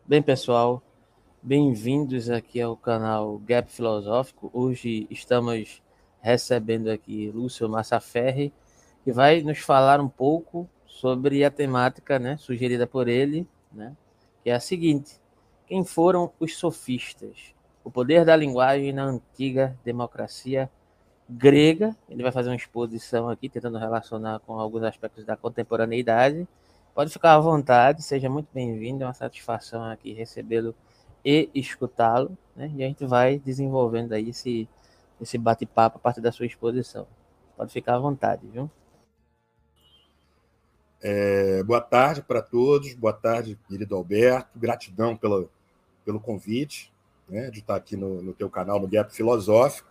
Bem, pessoal, bem-vindos aqui ao canal Gap Filosófico. Hoje estamos recebendo aqui Lúcio Massaferri, que vai nos falar um pouco sobre a temática, né, sugerida por ele, né, que é a seguinte: quem foram os sofistas? O poder da linguagem na antiga democracia grega. Ele vai fazer uma exposição aqui, tentando relacionar com alguns aspectos da contemporaneidade. Pode ficar à vontade, seja muito bem-vindo, é uma satisfação aqui recebê-lo e escutá-lo, né? E a gente vai desenvolvendo aí esse bate-papo a partir da sua exposição. Pode ficar à vontade, viu? Boa tarde para todos, boa tarde, querido Alberto, gratidão pelo convite, né, de estar aqui no teu canal, no Gap Filosófico.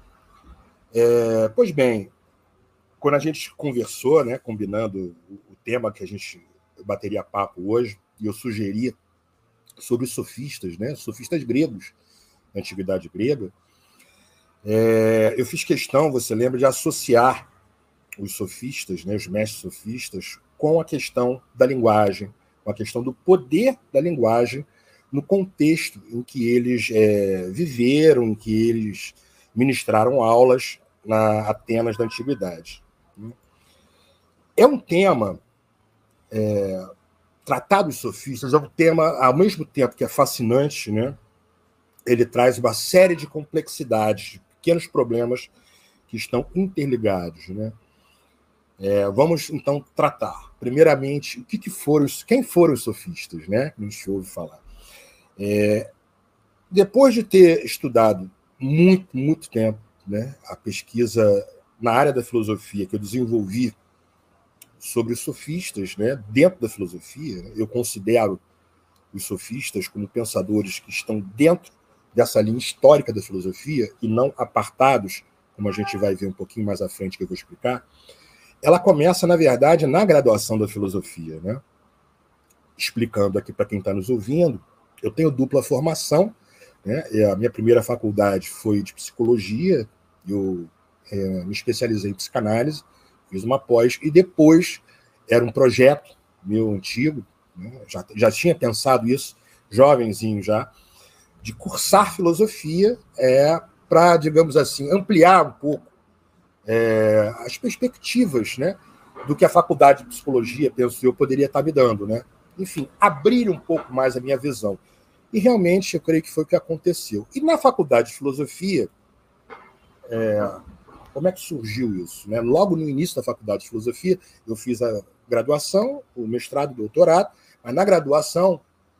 Pois bem, quando a gente conversou, né, combinando o tema que a gente bateria papo hoje, e eu sugeri sobre os sofistas, né, sofistas gregos, da antiguidade grega, eu fiz questão, você lembra, de associar os sofistas, né, os mestres sofistas, com a questão da linguagem, com a questão do poder da linguagem no contexto em que eles viveram, em que eles ministraram aulas na Atenas da Antiguidade. É um tema, tratar dos sofistas, é um tema, ao mesmo tempo que é fascinante, né, ele traz uma série de complexidades, de pequenos problemas que estão interligados, né? Vamos, então, tratar, primeiramente, quem foram os sofistas, né? Que a gente ouve falar. Depois de ter estudado muito tempo, né, a pesquisa na área da filosofia que eu desenvolvi sobre os sofistas, né, dentro da filosofia, eu considero os sofistas como pensadores que estão dentro dessa linha histórica da filosofia e não apartados, como a gente vai ver um pouquinho mais à frente que eu vou explicar. Ela começa, na verdade, na graduação da filosofia, né? Explicando aqui para quem está nos ouvindo, eu tenho dupla formação, né? A minha primeira faculdade foi de psicologia, eu me especializei em psicanálise, fiz uma pós, e depois era um projeto meu antigo, né? Já tinha pensado isso, jovenzinho já, de cursar filosofia para, digamos assim, ampliar um pouco as perspectivas, né, do que a faculdade de psicologia, penso eu, poderia estar me dando, né? Enfim, abrir um pouco mais a minha visão. E realmente eu creio que foi o que aconteceu. E na faculdade de filosofia, como é que surgiu isso? Né? Logo no início da faculdade de filosofia, eu fiz a graduação, o mestrado, o doutorado, mas na graduação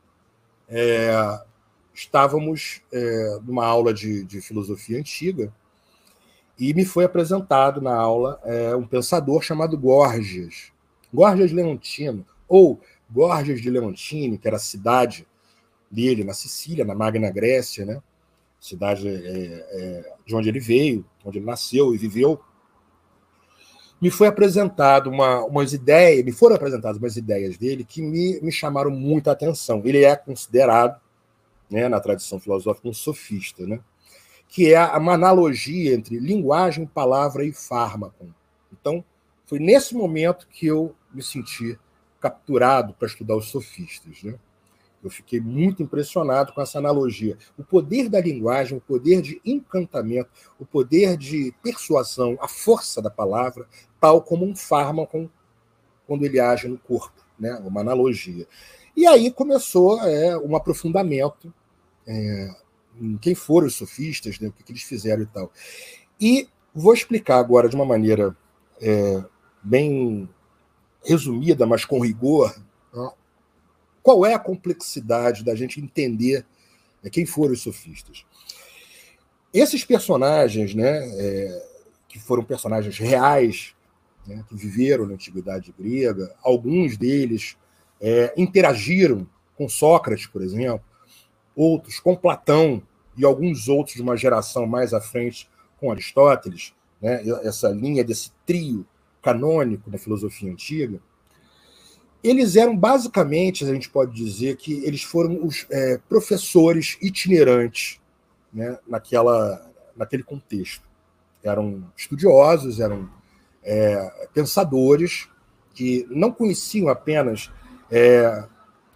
estávamos numa aula de filosofia antiga, e me foi apresentado na aula um pensador chamado Gorgias Leontino, ou Gorgias de Leontini, que era a cidade dele na Sicília, na Magna Grécia, né? Cidade de onde ele veio, onde ele nasceu e viveu. Me foram apresentadas umas ideias dele que me chamaram muita atenção. Ele é considerado, né, na tradição filosófica, um sofista, né? Que é uma analogia entre linguagem, palavra e fármaco. Então, foi nesse momento que eu me senti capturado para estudar os sofistas, né? Eu fiquei muito impressionado com essa analogia. O poder da linguagem, o poder de encantamento, o poder de persuasão, a força da palavra, tal como um fármaco quando ele age no corpo, né? Uma analogia. E aí começou um aprofundamento em quem foram os sofistas, né, o que eles fizeram e tal. E vou explicar agora de uma maneira bem resumida, mas com rigor, qual é a complexidade da gente entender quem foram os sofistas. Esses personagens, né, que foram personagens reais, né, que viveram na antiguidade grega, alguns deles interagiram com Sócrates, por exemplo, outros com Platão e alguns outros de uma geração mais à frente com Aristóteles, né, essa linha desse trio canônico da filosofia antiga, eles eram basicamente, a gente pode dizer que eles foram os professores itinerantes, né, naquele contexto. Eram estudiosos, eram pensadores que não conheciam apenas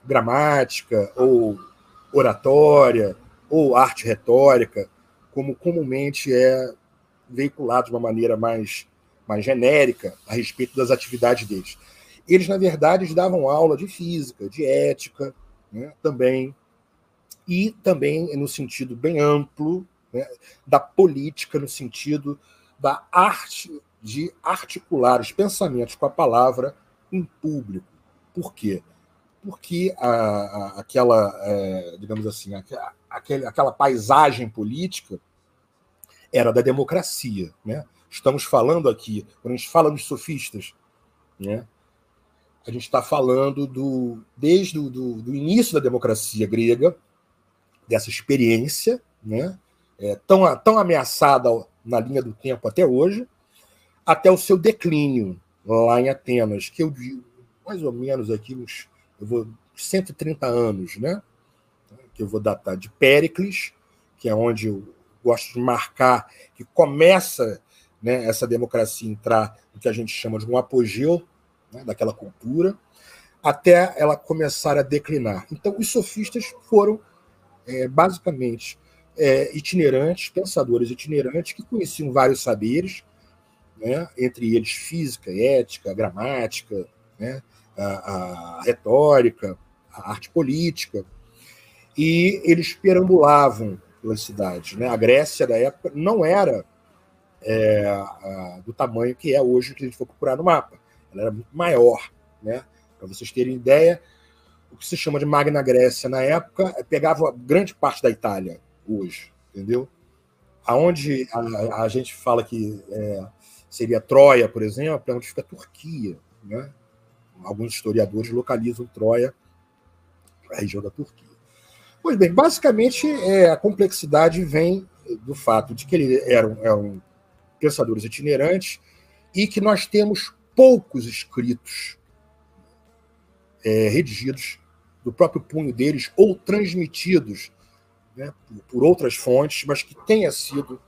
gramática, ou oratória, ou arte retórica, como comumente é veiculado de uma maneira mais genérica a respeito das atividades deles. Eles, na verdade, davam aula de física, de ética, né, também, e também no sentido bem amplo, né, da política, no sentido da arte de articular os pensamentos com a palavra em público. Por quê? Porque aquela, digamos assim, aquela paisagem política era da democracia, né? Estamos falando aqui, quando a gente fala dos sofistas, né, a gente está falando desde do início da democracia grega, dessa experiência, né, tão ameaçada na linha do tempo até hoje, até o seu declínio lá em Atenas, que eu digo, mais ou menos aqui, uns 130 anos, né, que eu vou datar de Péricles, que é onde eu gosto de marcar que começa, né, essa democracia entrar no que a gente chama de um apogeu, né, daquela cultura, até ela começar a declinar. Então, os sofistas foram, basicamente, itinerantes, pensadores itinerantes, que conheciam vários saberes, né, entre eles física, ética, gramática, né, a retórica, a arte política, e eles perambulavam pelas cidades, né? A Grécia da época não era do tamanho que é hoje, que a gente for procurar no mapa. Ela era muito maior, né? Para vocês terem ideia, o que se chama de Magna Grécia na época pegava grande parte da Itália hoje, entendeu? Aonde a gente fala que seria Troia, por exemplo, é onde fica a Turquia, né? Alguns historiadores localizam Troia, a região da Turquia. Pois bem, basicamente a complexidade vem do fato de que eles eram pensadores itinerantes e que nós temos poucos escritos redigidos do próprio punho deles ou transmitidos, né, por outras fontes, mas que tenha sido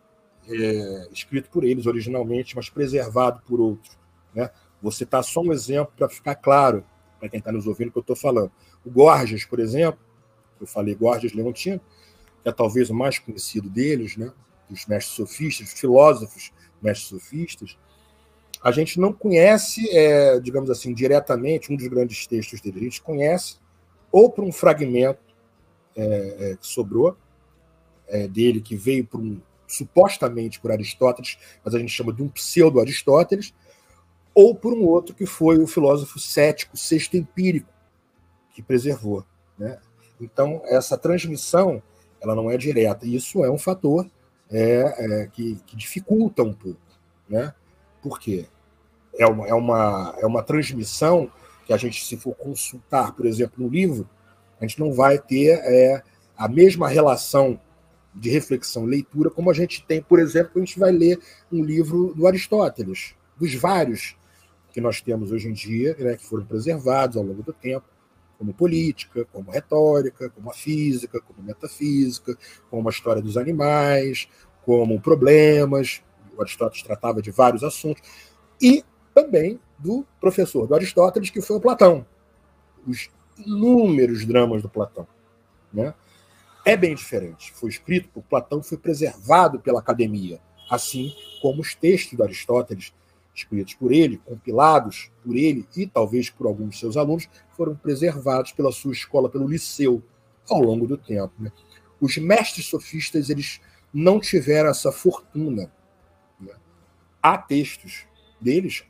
escrito por eles originalmente, mas preservado por outros, né? Vou citar só um exemplo para ficar claro para quem está nos ouvindo o que eu estou falando. O Gorgias, por exemplo, eu falei Gorgias Leontino, que é talvez o mais conhecido deles, né, dos mestres sofistas, dos filósofos mestres sofistas. A gente não conhece, digamos assim, diretamente um dos grandes textos dele. A gente conhece ou por um fragmento que sobrou dele, que veio supostamente por Aristóteles, mas a gente chama de um pseudo-Aristóteles, ou por um outro que foi o filósofo cético, sexto empírico, que preservou, né? Então, essa transmissão ela não é direta, e isso é um fator que dificulta um pouco, né? Por quê? É uma transmissão que a gente, se for consultar, por exemplo, no livro, a gente não vai ter a mesma relação de reflexão e leitura como a gente tem, por exemplo, quando a gente vai ler um livro do Aristóteles, dos vários que nós temos hoje em dia, né, que foram preservados ao longo do tempo, como política, como retórica, como a física, como metafísica, como a história dos animais, como problemas. O Aristóteles tratava de vários assuntos. E também do professor do Aristóteles, que foi o Platão. Os inúmeros dramas do Platão, né? É bem diferente. Foi escrito por Platão, foi preservado pela academia, assim como os textos do Aristóteles, escritos por ele, compilados por ele e talvez por alguns de seus alunos, foram preservados pela sua escola, pelo Liceu, ao longo do tempo, né? Os mestres sofistas, eles não tiveram essa fortuna, né? Há textos deles,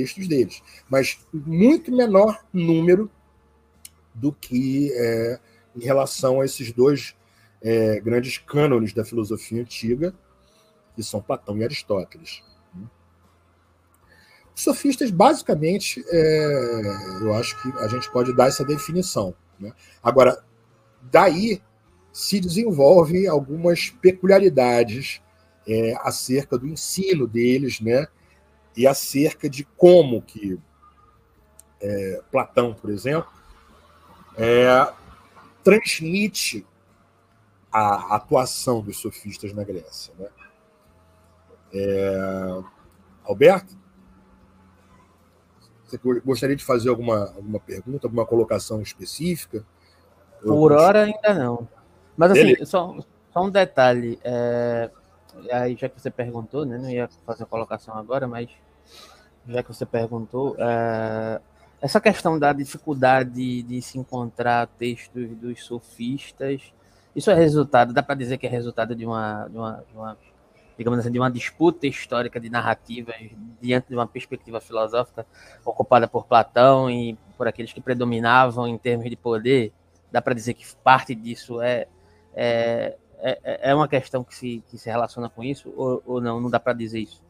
mas muito menor número do que em relação a esses dois grandes cânones da filosofia antiga, que são Platão e Aristóteles. Os sofistas, basicamente, eu acho que a gente pode dar essa definição, né? Agora, daí se desenvolvem algumas peculiaridades acerca do ensino deles, né? E acerca de como que Platão, por exemplo, transmite a atuação dos sofistas na Grécia, né? Alberto? Você gostaria de fazer alguma pergunta, alguma colocação específica? Por hora ainda não. Mas assim, Beleza. só um detalhe. Aí já que você perguntou, né? Não ia fazer a colocação agora, mas já que você perguntou, essa questão da dificuldade de se encontrar textos dos sofistas, isso é resultado, dá para dizer que é resultado de uma, digamos assim, de uma disputa histórica de narrativas diante de uma perspectiva filosófica ocupada por Platão e por aqueles que predominavam em termos de poder? Dá para dizer que parte disso é uma questão que se relaciona com isso, ou não? Não dá para dizer isso?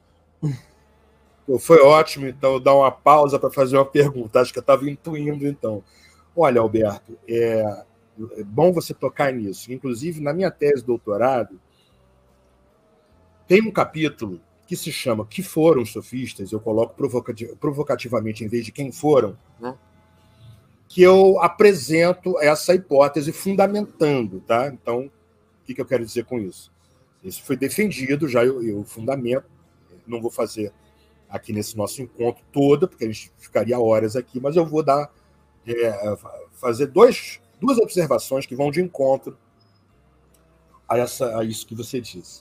Foi ótimo, então, dar uma pausa para fazer uma pergunta. Acho que eu estava intuindo, então. Olha, Alberto, é bom você tocar nisso. Inclusive, na minha tese de doutorado, tem um capítulo que se chama Que foram os sofistas? Eu coloco provocativamente em vez de quem foram, né? Que eu apresento essa hipótese fundamentando, tá? Então, o que eu quero dizer com isso? Isso foi defendido, já eu fundamento, não vou fazer aqui nesse nosso encontro todo, porque a gente ficaria horas aqui, mas eu vou fazer duas observações que vão de encontro a isso que você disse.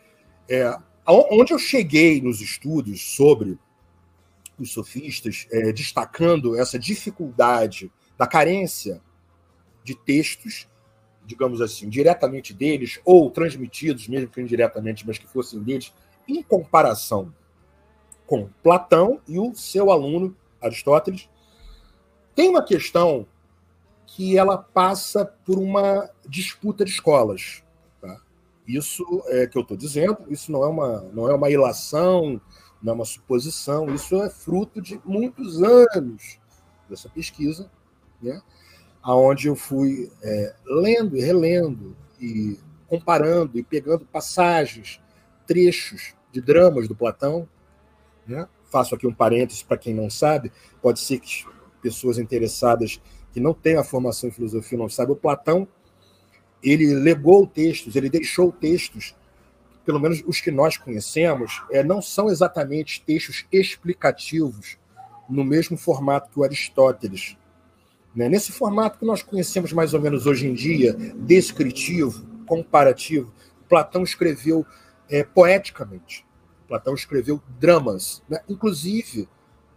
Onde eu cheguei nos estudos sobre os sofistas, destacando essa dificuldade da carência de textos, digamos assim, diretamente deles, ou transmitidos, mesmo que indiretamente, mas que fossem deles, em comparação com Platão e o seu aluno, Aristóteles, tem uma questão que ela passa por uma disputa de escolas. Tá? Isso é que eu estou dizendo, isso não é uma ilação, não é uma suposição, isso é fruto de muitos anos dessa pesquisa, né? Onde eu fui lendo e relendo, e comparando, e pegando passagens, trechos de dramas do Platão, né? Faço aqui um parênteses para quem não sabe, pode ser que pessoas interessadas que não têm a formação em filosofia não saibam, o Platão, ele legou textos, ele deixou textos, pelo menos os que nós conhecemos, não são exatamente textos explicativos no mesmo formato que o Aristóteles. Né? Nesse formato que nós conhecemos mais ou menos hoje em dia, descritivo, comparativo, Platão escreveu poeticamente. Platão escreveu dramas. Né? Inclusive,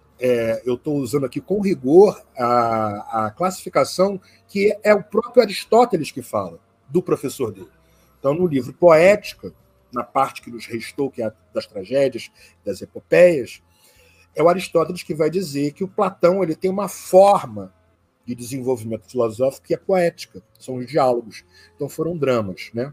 eu estou usando aqui com rigor a classificação que é o próprio Aristóteles que fala, do professor dele. Então, no livro Poética, na parte que nos restou, que é a das tragédias, das epopeias, é o Aristóteles que vai dizer que o Platão ele tem uma forma de desenvolvimento filosófico que é poética, são os diálogos. Então, foram dramas. Né?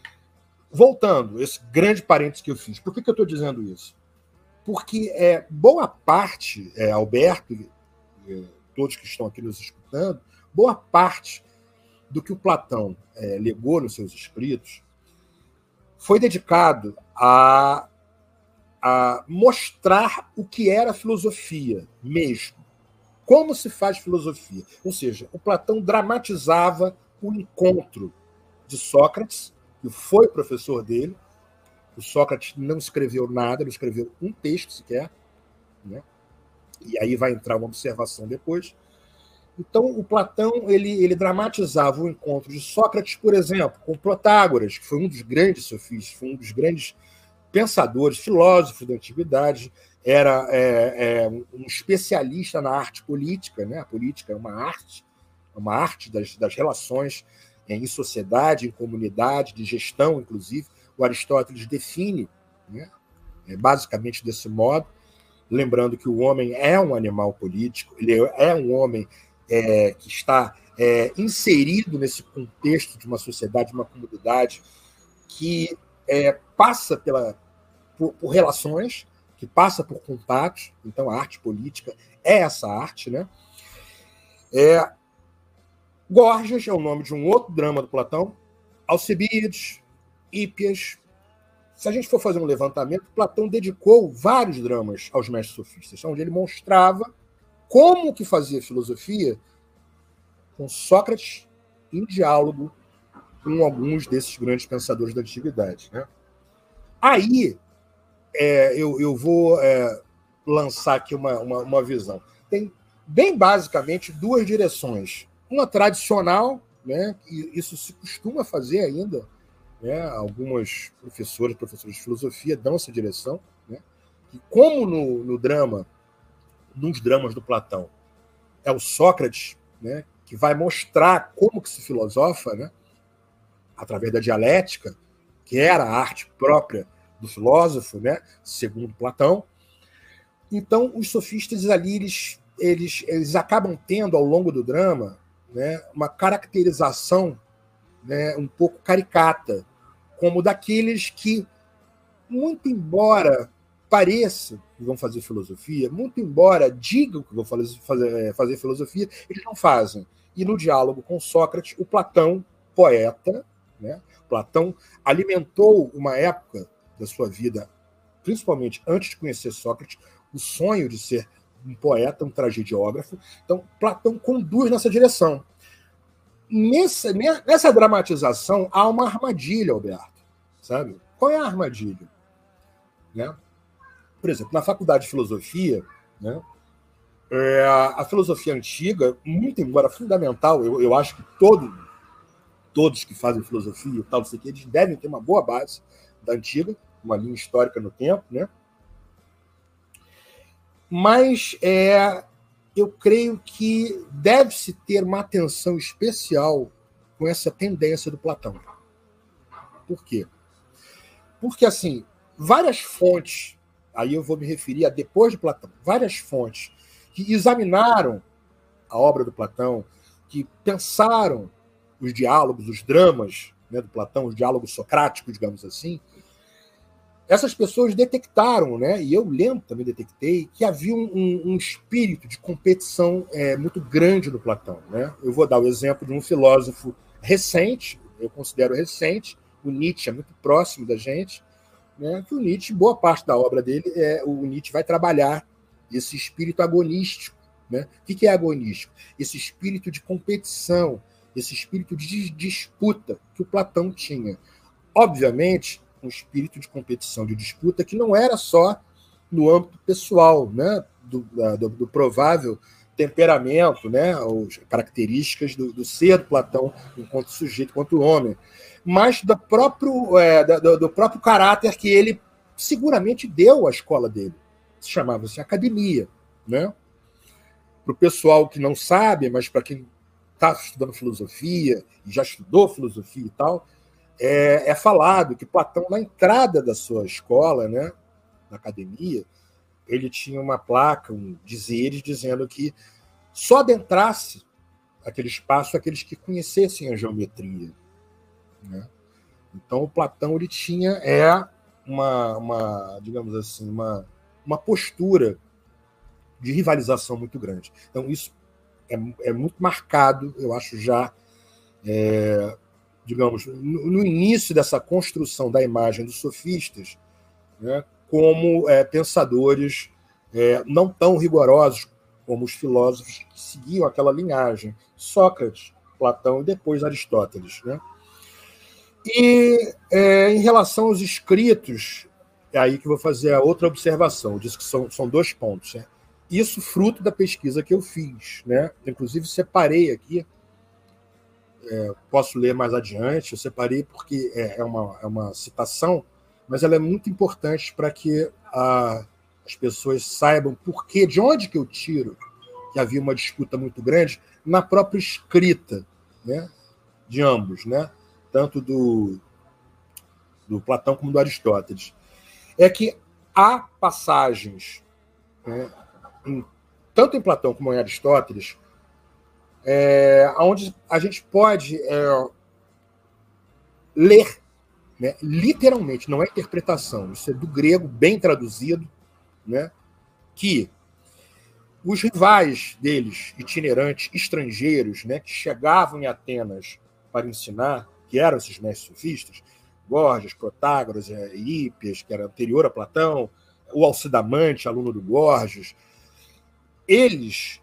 Voltando, esse grande parênteses que eu fiz, por que eu estou dizendo isso? Porque boa parte, Alberto, todos que estão aqui nos escutando, boa parte do que o Platão legou nos seus escritos foi dedicado a mostrar o que era filosofia mesmo. Como se faz filosofia. Ou seja, o Platão dramatizava o encontro de Sócrates, que foi professor dele. O Sócrates não escreveu nada, não escreveu um texto sequer. Né? E aí vai entrar uma observação depois. Então, o Platão ele dramatizava o encontro de Sócrates, por exemplo, com Protágoras, que foi um dos grandes sofistas, foi um dos grandes pensadores, filósofos da antiguidade, era um especialista na arte política. Né? A política é uma arte das relações em sociedade, em comunidade, de gestão, inclusive. O Aristóteles define, né, basicamente desse modo, lembrando que o homem é um animal político, ele é um homem que está inserido nesse contexto de uma sociedade, de uma comunidade que passa por relações, que passa por contatos. Então, a arte política é essa arte. Né? Górgias é o nome de um outro drama do Platão, Alcibíades, Hípias. Se a gente for fazer um levantamento, Platão dedicou vários dramas aos mestres sofistas, onde ele mostrava como que fazia filosofia com Sócrates em diálogo com alguns desses grandes pensadores da antiguidade. Né? Aí, eu vou lançar aqui uma visão. Tem, bem basicamente, duas direções. Uma tradicional, né, e isso se costuma fazer ainda, né, algumas professores de filosofia dão essa direção, né, e como no drama, nos dramas do Platão, é o Sócrates, né, que vai mostrar como que se filosofa, né, através da dialética, que era a arte própria do filósofo, né, segundo Platão. Então, os sofistas ali, eles acabam tendo, ao longo do drama, né, uma caracterização, né, um pouco caricata, como daqueles que, muito embora pareçam que vão fazer filosofia, muito embora digam que vão fazer filosofia, eles não fazem. E no diálogo com Sócrates, o Platão, poeta, né, Platão alimentou uma época da sua vida, principalmente antes de conhecer Sócrates, o sonho de ser um poeta, um tragediógrafo. Então, Platão conduz nessa direção. Nessa dramatização, há uma armadilha, Alberto. Sabe? Qual é a armadilha? Né? Por exemplo, na faculdade de filosofia, né, a filosofia antiga, muito embora fundamental, eu acho que todos que fazem filosofia e tal, eles devem ter uma boa base da antiga, uma linha histórica no tempo, né? Mas eu creio que deve-se ter uma atenção especial com essa tendência do Platão. Por quê? Porque, assim, várias fontes, aí eu vou me referir a depois de Platão, várias fontes que examinaram a obra do Platão, que pensaram os diálogos, os dramas, né, do Platão, os diálogos socráticos, digamos assim, essas pessoas detectaram, né, e eu lendo também detectei, que havia um espírito de competição muito grande no Platão. Né? Eu vou dar o exemplo de um filósofo recente, eu considero recente, o Nietzsche é muito próximo da gente, né, que o Nietzsche, boa parte da obra dele, o Nietzsche vai trabalhar esse espírito agonístico. Né? O que é agonístico? Esse espírito de competição, esse espírito de disputa que o Platão tinha. Obviamente, um espírito de competição, de disputa, que não era só no âmbito pessoal, né, do provável temperamento, né, ou características do ser do Platão enquanto sujeito, enquanto homem, mas do próprio caráter que ele seguramente deu à escola dele. Chamava-se academia. Né? Para o pessoal que não sabe, mas para quem está estudando filosofia, e já estudou filosofia e tal, é falado que Platão, na entrada da sua escola, né, na academia, ele tinha uma placa, dizeres, dizendo que só adentrasse aquele espaço aqueles que conhecessem a geometria. Né? Então, o Platão ele tinha digamos assim, uma postura de rivalização muito grande. Então, isso é muito marcado, eu acho, já digamos, no início dessa construção da imagem dos sofistas, né, como pensadores não tão rigorosos como os filósofos que seguiam aquela linhagem, Sócrates, Platão e depois Aristóteles. Né? E em relação aos escritos, é aí que eu vou fazer a outra observação. Eu disse que são dois pontos. Né? Isso fruto da pesquisa que eu fiz. Né? Inclusive, separei aqui, posso ler mais adiante, eu separei porque é uma citação, mas ela é muito importante para que as pessoas saibam de onde que eu tiro que havia uma disputa muito grande na própria escrita, né, de ambos, né, tanto do Platão como do Aristóteles. É que há passagens, né, tanto em Platão como em Aristóteles, onde a gente pode ler, né, literalmente, não é interpretação, isso é do grego, bem traduzido, né, que os rivais deles, itinerantes, estrangeiros, né, que chegavam em Atenas para ensinar, que eram esses mestres sofistas, Gorgias, Protágoras, Hípias, que era anterior a Platão, o Alcidamante, aluno do Gorgias, eles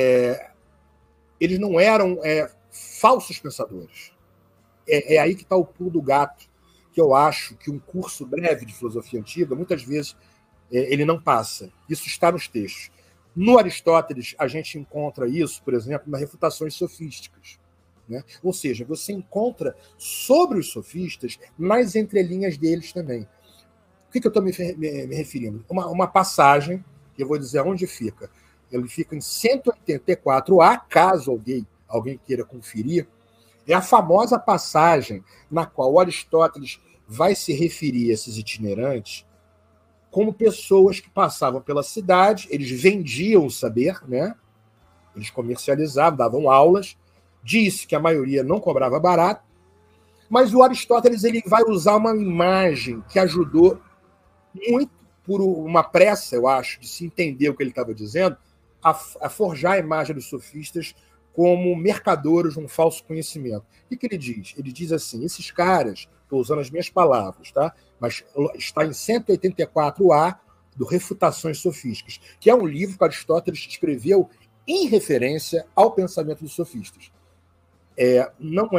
não eram falsos pensadores. É aí que está o pulo do gato, que eu acho que um curso breve de filosofia antiga, muitas vezes, ele não passa. Isso está nos textos. No Aristóteles, a gente encontra isso, por exemplo, nas refutações sofísticas. Né? Ou seja, você encontra sobre os sofistas nas entrelinhas deles também. O que eu estou me referindo? Uma passagem, que eu vou dizer onde fica. Ele fica em 184a, caso alguém queira conferir. É a famosa passagem na qual Aristóteles vai se referir a esses itinerantes como pessoas que passavam pela cidade, eles vendiam o saber, né? Eles comercializavam, davam aulas, disse que a maioria não cobrava barato, mas o Aristóteles ele vai usar uma imagem que ajudou muito, por uma pressa, eu acho, de se entender o que ele estava dizendo, a forjar a imagem dos sofistas como mercadores de um falso conhecimento. O que ele diz? Ele diz assim, esses caras, estou usando as minhas palavras, tá? Mas está em 184A do Refutações Sofísticas, que é um livro que Aristóteles escreveu em referência ao pensamento dos sofistas. Não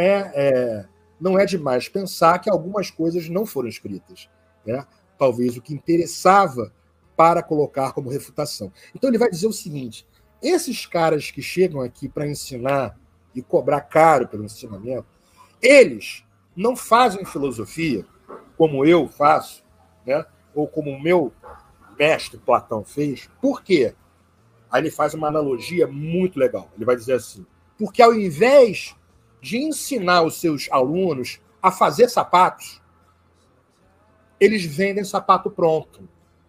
é demais pensar que algumas coisas não foram escritas, né? Talvez o que interessava para colocar como refutação. Então ele vai dizer o seguinte, esses caras que chegam aqui para ensinar e cobrar caro pelo ensinamento, eles não fazem filosofia como eu faço, né? Ou como o meu mestre Platão fez. Por quê? Aí ele faz uma analogia muito legal. Ele vai dizer assim, porque ao invés de ensinar os seus alunos a fazer sapatos, eles vendem sapato pronto.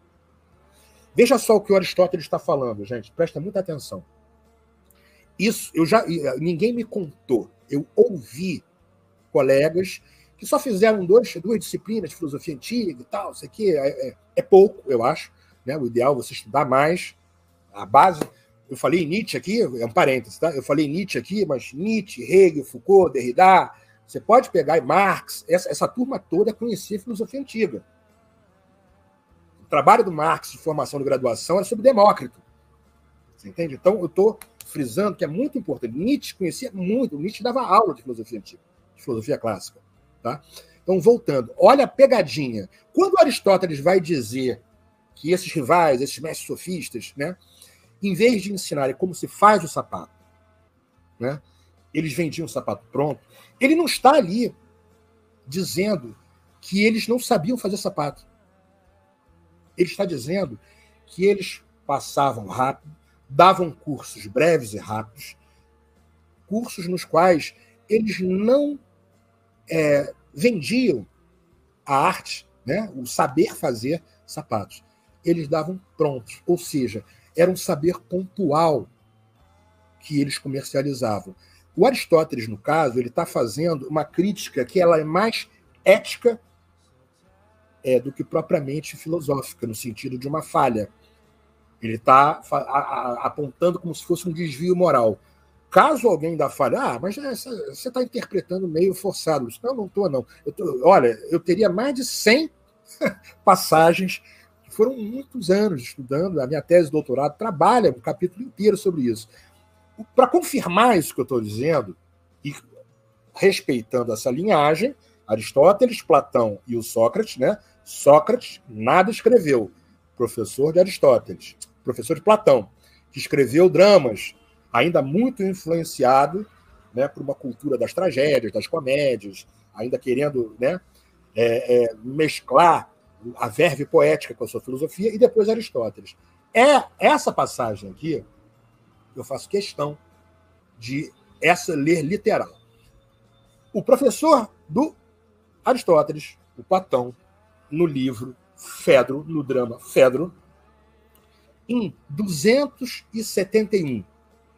Veja só o que o Aristóteles está falando, gente. Presta muita atenção. Isso ninguém me contou. Eu ouvi colegas que só fizeram duas disciplinas de filosofia antiga e tal. Isso aqui é pouco, eu acho. Né? O ideal é você estudar mais. A base... Eu falei Nietzsche aqui, é um parênteses, tá? Eu falei Nietzsche aqui, mas Nietzsche, Hegel, Foucault, Derrida, você pode pegar Marx, essa turma toda conhecia a filosofia antiga. O trabalho do Marx de formação de graduação era sobre Demócrito. Você entende? Então, eu estou frisando que é muito importante. Nietzsche conhecia muito, Nietzsche dava aula de filosofia antiga, de filosofia clássica. Tá? Então, voltando, olha a pegadinha. Quando Aristóteles vai dizer que esses rivais, esses mestres sofistas, né, em vez de ensinarem como se faz o sapato, né, eles vendiam o sapato pronto, ele não está ali dizendo que eles não sabiam fazer sapato. Ele está dizendo que eles passavam rápido, davam cursos breves e rápidos, cursos nos quais eles não vendiam a arte, né, o saber fazer sapatos. Eles davam prontos, ou seja, era um saber pontual que eles comercializavam. O Aristóteles, no caso, ele está fazendo uma crítica que ela é mais ética do que propriamente filosófica, no sentido de uma falha. Ele está apontando como se fosse um desvio moral. Caso alguém da falha, mas você está interpretando meio forçado. Não estou, não. Olha, eu teria mais de 100 passagens, que foram muitos anos estudando, a minha tese de doutorado trabalha um capítulo inteiro sobre isso. Para confirmar isso que eu estou dizendo, e respeitando essa linhagem, Aristóteles, Platão e o Sócrates, né? Sócrates nada escreveu, professor de Aristóteles, professor de Platão, que escreveu dramas, ainda muito influenciado, né, por uma cultura das tragédias, das comédias, ainda querendo, né, mesclar a verve poética com a sua filosofia, e depois Aristóteles. Essa passagem aqui, eu faço questão de ler literal. O professor do Aristóteles, o Platão, no livro Fedro, no drama Fedro, em 271,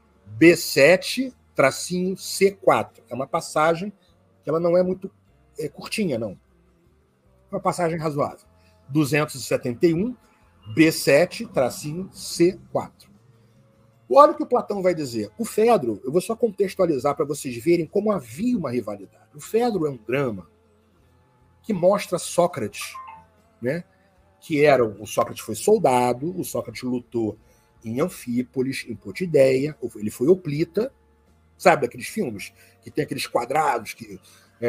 B7-C4. É uma passagem que ela não é muito curtinha, não. É uma passagem razoável. 271, B7-C4. Olha o que o Platão vai dizer. O Fedro, eu vou só contextualizar para vocês verem como havia uma rivalidade. O Fedro é um drama que mostra Sócrates, né? Que o Sócrates foi soldado, o Sócrates lutou em Anfípolis, em Potideia, ele foi hoplita, sabe daqueles filmes que tem aqueles quadrados que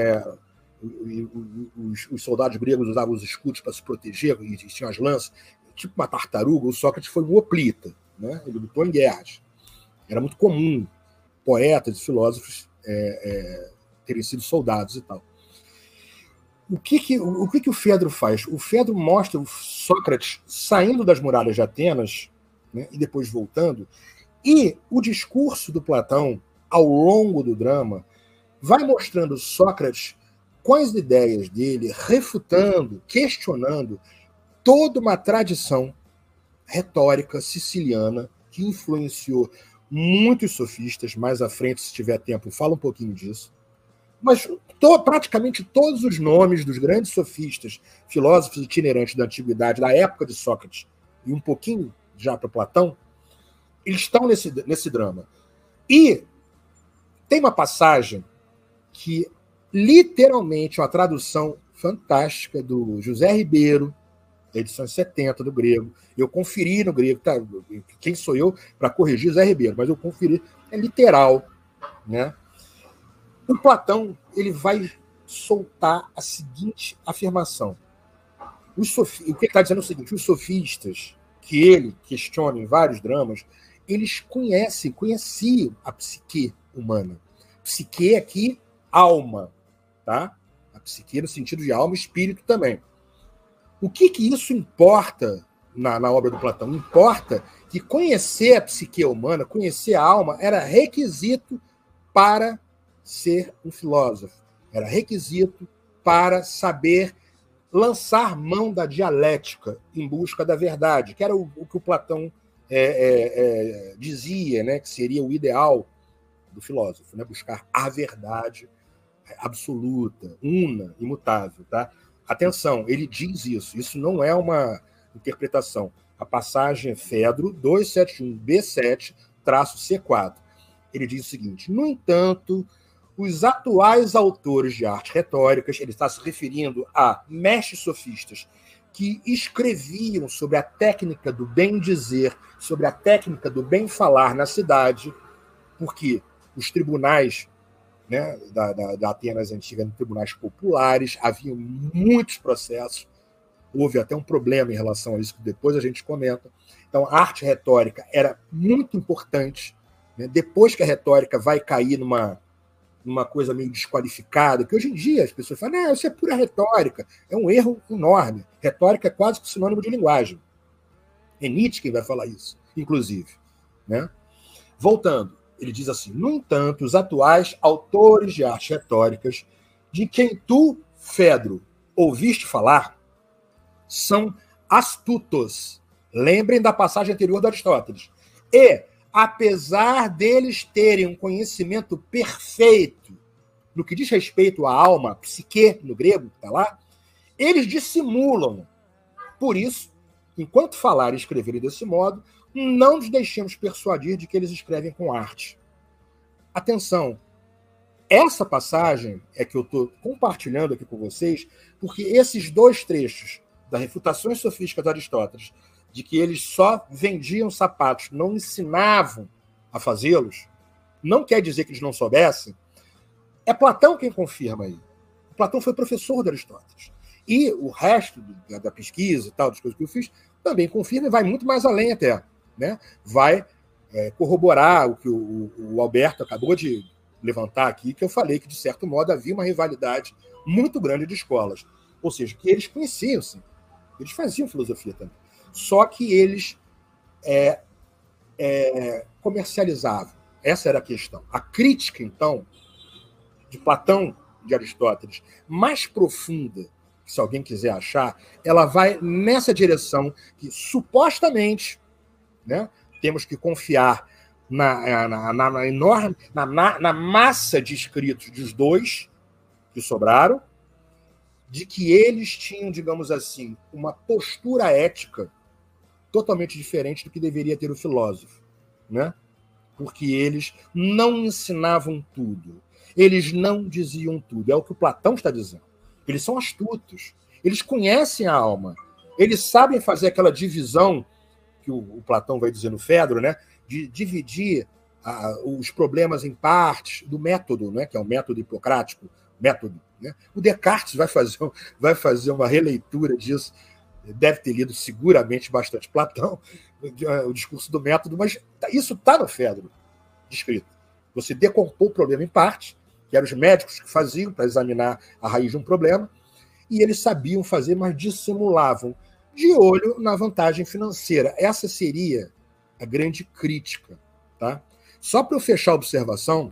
os soldados gregos usavam os escudos para se proteger e tinham as lanças. tipo uma tartaruga, o Sócrates foi um hoplita, né? Ele lutou em guerras. Era muito comum poetas e filósofos terem sido soldados e tal. O que o Fedro faz? O Fedro mostra o Sócrates saindo das muralhas de Atenas, né, e depois voltando, e o discurso do Platão, ao longo do drama, vai mostrando Sócrates com as ideias dele, refutando, questionando toda uma tradição retórica siciliana que influenciou muitos sofistas. Mais à frente, se tiver tempo, fala um pouquinho disso. Mas praticamente todos os nomes dos grandes sofistas, filósofos itinerantes da antiguidade, da época de Sócrates, e um pouquinho já para Platão, eles estão nesse drama. E tem uma passagem que, literalmente, uma tradução fantástica do José Ribeiro, edição 70 do grego. Eu conferi no grego, tá? Quem sou eu para corrigir José Ribeiro, mas eu conferi, é literal, né? O Platão, ele vai soltar a seguinte afirmação. O que ele está dizendo é o seguinte: os sofistas, que ele questiona em vários dramas, eles conheciam a psique humana. Psique aqui, alma, tá? A psique no sentido de alma e espírito também. O que isso importa na obra do Platão? Importa que conhecer a psique humana, conhecer a alma, era requisito para ser um filósofo. Era requisito para saber lançar mão da dialética em busca da verdade, que era o que o Platão dizia, né, que seria o ideal do filósofo, né, buscar a verdade absoluta, una, imutável. Tá? Atenção, ele diz isso não é uma interpretação. A passagem é Fedro 271b7-C4. Ele diz o seguinte: no entanto, os atuais autores de artes retóricas, ele está se referindo a mestres sofistas que escreviam sobre a técnica do bem dizer, sobre a técnica do bem falar na cidade, porque os tribunais, né, da Atenas antiga eram tribunais populares, havia muitos processos, houve até um problema em relação a isso, que depois a gente comenta. Então, a arte retórica era muito importante, né? Depois que a retórica vai cair numa coisa meio desqualificada, que hoje em dia as pessoas falam, isso é pura retórica. É um erro enorme. Retórica é quase que sinônimo de linguagem. É Nietzsche quem vai falar isso, inclusive. Né? Voltando, ele diz assim: no entanto, os atuais autores de artes retóricas, de quem tu, Fedro, ouviste falar, são astutos. Lembrem da passagem anterior de Aristóteles. E, apesar deles terem um conhecimento perfeito no que diz respeito à alma, psique, no grego, que está lá, eles dissimulam. Por isso, enquanto falar e escreverem desse modo, não nos deixemos persuadir de que eles escrevem com arte. Atenção, essa passagem é que eu estou compartilhando aqui com vocês, porque esses dois trechos das Refutações Sofísticas de Aristóteles, de que eles só vendiam sapatos, não ensinavam a fazê-los, não quer dizer que eles não soubessem. É Platão quem confirma aí. Platão foi professor de Aristóteles. E o resto da pesquisa e tal, das coisas que eu fiz, também confirma e vai muito mais além até. Né? Vai corroborar o que o Alberto acabou de levantar aqui, que eu falei que, de certo modo, havia uma rivalidade muito grande de escolas. Ou seja, que eles conheciam-se. Eles faziam filosofia também. Só que eles comercializavam. Essa era a questão. A crítica, então, de Platão, de Aristóteles, mais profunda, se alguém quiser achar, ela vai nessa direção que, supostamente, né, temos que confiar na enorme, na massa de escritos dos dois que sobraram, de que eles tinham, digamos assim, uma postura ética totalmente diferente do que deveria ter o filósofo, né? Porque eles não ensinavam tudo, eles não diziam tudo. É o que o Platão está dizendo. Eles são astutos, eles conhecem a alma, eles sabem fazer aquela divisão que o Platão vai dizer no Fedro, né? De dividir os problemas em partes do método, né? Que é o método hipocrático, método. Né? O Descartes vai fazer uma releitura disso deve ter lido seguramente bastante Platão, o discurso do método, mas isso está no Fedro descrito. Você decompôs o problema em parte, que eram os médicos que faziam para examinar a raiz de um problema, e eles sabiam fazer, mas dissimulavam, de olho na vantagem financeira. Essa seria a grande crítica. Tá? Só para eu fechar a observação,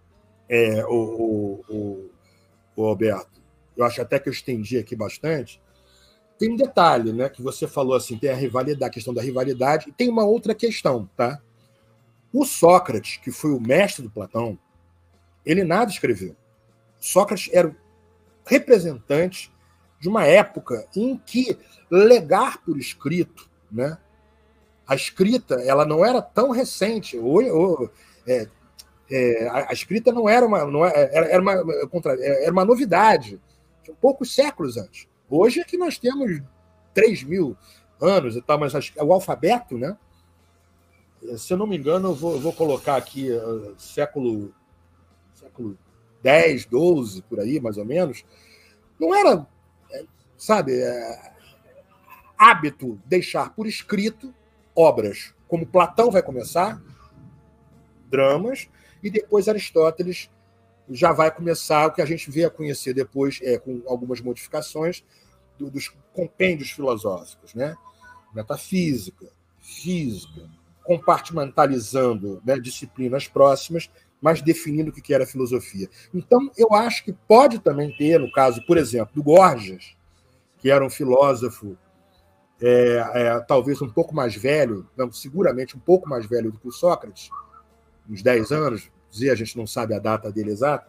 o Alberto, eu acho até que eu estendi aqui bastante, tem um detalhe, né, que você falou assim, tem a questão da rivalidade, e tem uma outra questão. Tá? O Sócrates, que foi o mestre do Platão, ele nada escreveu. Sócrates era o representante de uma época em que legar por escrito, né, a escrita ela não era tão recente. A escrita não era era uma novidade. Tinha poucos séculos antes. Hoje é que nós temos 3.000 anos e tal, mas o alfabeto, né? Se eu não me engano, eu vou colocar aqui século 10, 12, por aí, mais ou menos. Não era, sabe, hábito deixar por escrito obras, como Platão vai começar, dramas, e depois Aristóteles já vai começar o que a gente vê a conhecer depois, com algumas modificações, dos compêndios filosóficos, né? Metafísica, física, compartimentalizando, né, disciplinas próximas, mas definindo o que era filosofia. Então, eu acho que pode também ter, no caso, por exemplo, do Gorgias, que era um filósofo talvez um pouco mais velho, não, seguramente um pouco mais velho do que o Sócrates, uns 10 anos, a gente não sabe a data dele exata,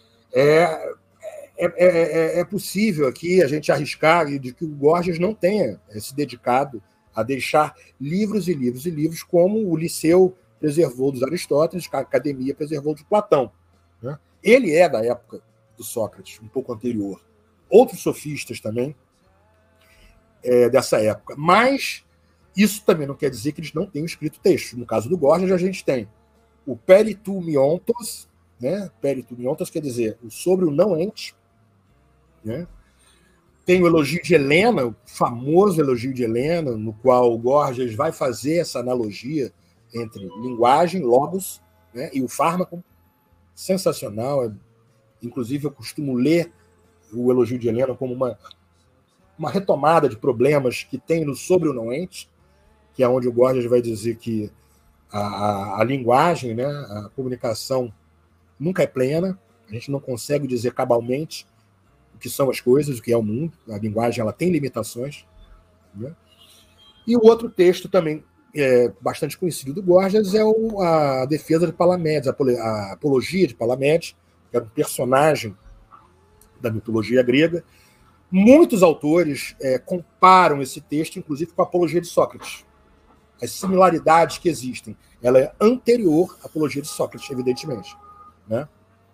é possível aqui a gente arriscar de que o Gorgias não tenha se dedicado a deixar livros e livros e livros, como o Liceu preservou dos Aristóteles, a Academia preservou de Platão. Né? Ele é da época do Sócrates, um pouco anterior. Outros sofistas também dessa época. Mas isso também não quer dizer que eles não tenham escrito textos. No caso do Gorgias, a gente tem o Peritumion-tos, né? Peritumion-tos quer dizer o sobre o não ente, né? Tem o elogio de Helena, o famoso elogio de Helena, no qual o Gorgias vai fazer essa analogia entre linguagem, logos, né, e o fármaco. Sensacional. Inclusive, eu costumo ler o elogio de Helena como uma retomada de problemas que tem no sobre o não ente, que é onde o Gorgias vai dizer que a linguagem, né, a comunicação nunca é plena, a gente não consegue dizer cabalmente o que são as coisas, o que é o mundo, a linguagem ela tem limitações. Né? E o outro texto também bastante conhecido do Gorgias é a defesa de Palamedes, a apologia de Palamedes, que era um personagem da mitologia grega. Muitos autores comparam esse texto, inclusive, com a apologia de Sócrates. As similaridades que existem. Ela é anterior à apologia de Sócrates, evidentemente. Né?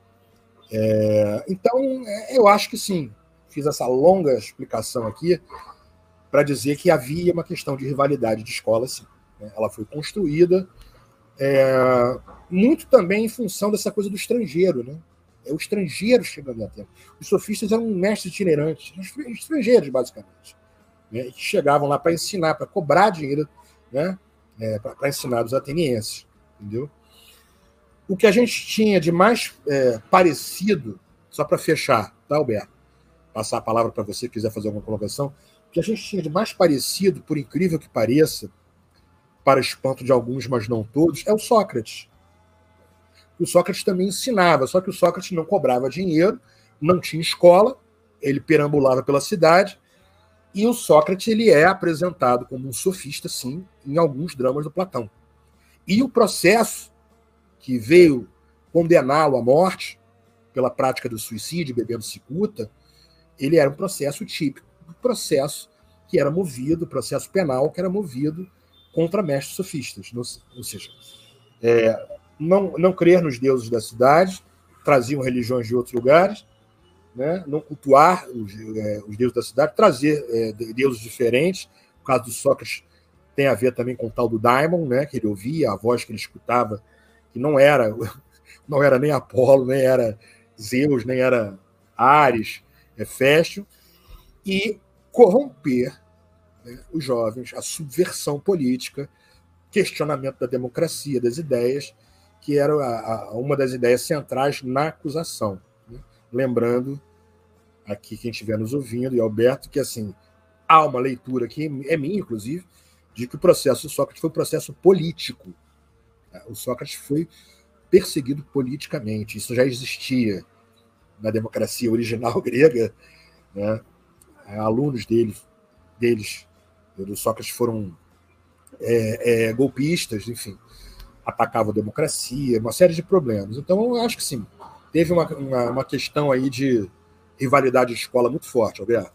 Então, eu acho que sim. Fiz essa longa explicação aqui para dizer que havia uma questão de rivalidade de escola, sim. Né? Ela foi construída muito também em função dessa coisa do estrangeiro, né? O estrangeiro chegando a tempo. Os sofistas eram mestres itinerantes, estrangeiros, basicamente, né? Que chegavam lá para ensinar, para cobrar dinheiro, né? Para ensinar os atenienses. Entendeu? O que a gente tinha de mais parecido, só para fechar, tá, Alberto? Passar a palavra para você, quiser fazer alguma colocação. O que a gente tinha de mais parecido, por incrível que pareça, para espanto de alguns, mas não todos, é o Sócrates. O Sócrates também ensinava, só que o Sócrates não cobrava dinheiro, não tinha escola, ele perambulava pela cidade, e o Sócrates ele é apresentado como um sofista, sim, em alguns dramas do Platão. E o processo que veio condená-lo à morte pela prática do suicídio, bebendo cicuta, ele era um processo típico, um processo que era movido, processo penal que era movido contra mestres sofistas. Ou seja, não crer nos deuses da cidade, traziam religiões de outros lugares, né? Não cultuar os deuses da cidade, trazer deuses diferentes. O caso do Sócrates tem a ver também com o tal do Daimon, né? Que ele ouvia, a voz que ele escutava, que não era nem Apolo, nem era Zeus, nem era Ares, Féstio, e corromper né, os jovens, a subversão política, questionamento da democracia, das ideias, que era uma das ideias centrais na acusação. Né? Lembrando, aqui quem estiver nos ouvindo, e Alberto, que assim, há uma leitura que é minha, inclusive, de que o processo do Sócrates foi um processo político. O Sócrates foi perseguido politicamente. Isso já existia na democracia original grega. Né? Alunos deles, do Sócrates, foram golpistas, enfim, atacavam a democracia, uma série de problemas. Então, eu acho que sim, teve uma questão aí de rivalidade de escola muito forte, Alberto.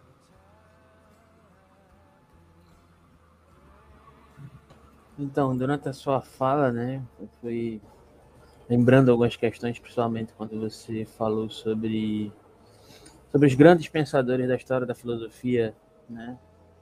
Então, durante a sua fala, né, eu fui lembrando algumas questões, principalmente quando você falou sobre os grandes pensadores da história da filosofia, né,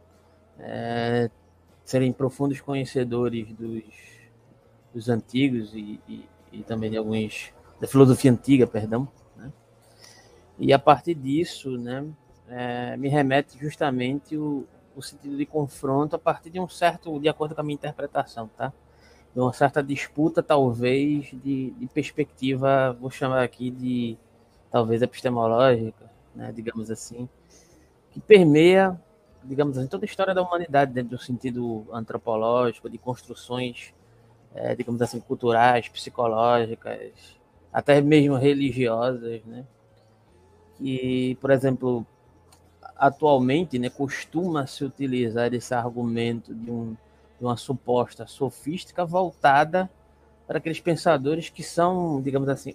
serem profundos conhecedores dos antigos e também de alguns da filosofia antiga, perdão, né? E a partir disso, né, me remete justamente o sentido de confronto a partir de de acordo com a minha interpretação, tá? De uma certa disputa, talvez, de perspectiva, vou chamar aqui de, talvez, epistemológica, né, digamos assim, que permeia, digamos assim, toda a história da humanidade dentro do sentido antropológico, de construções, digamos assim, culturais, psicológicas, até mesmo religiosas, né? Que, por exemplo, atualmente, né, costuma-se utilizar esse argumento de uma suposta sofística voltada para aqueles pensadores que são, digamos assim,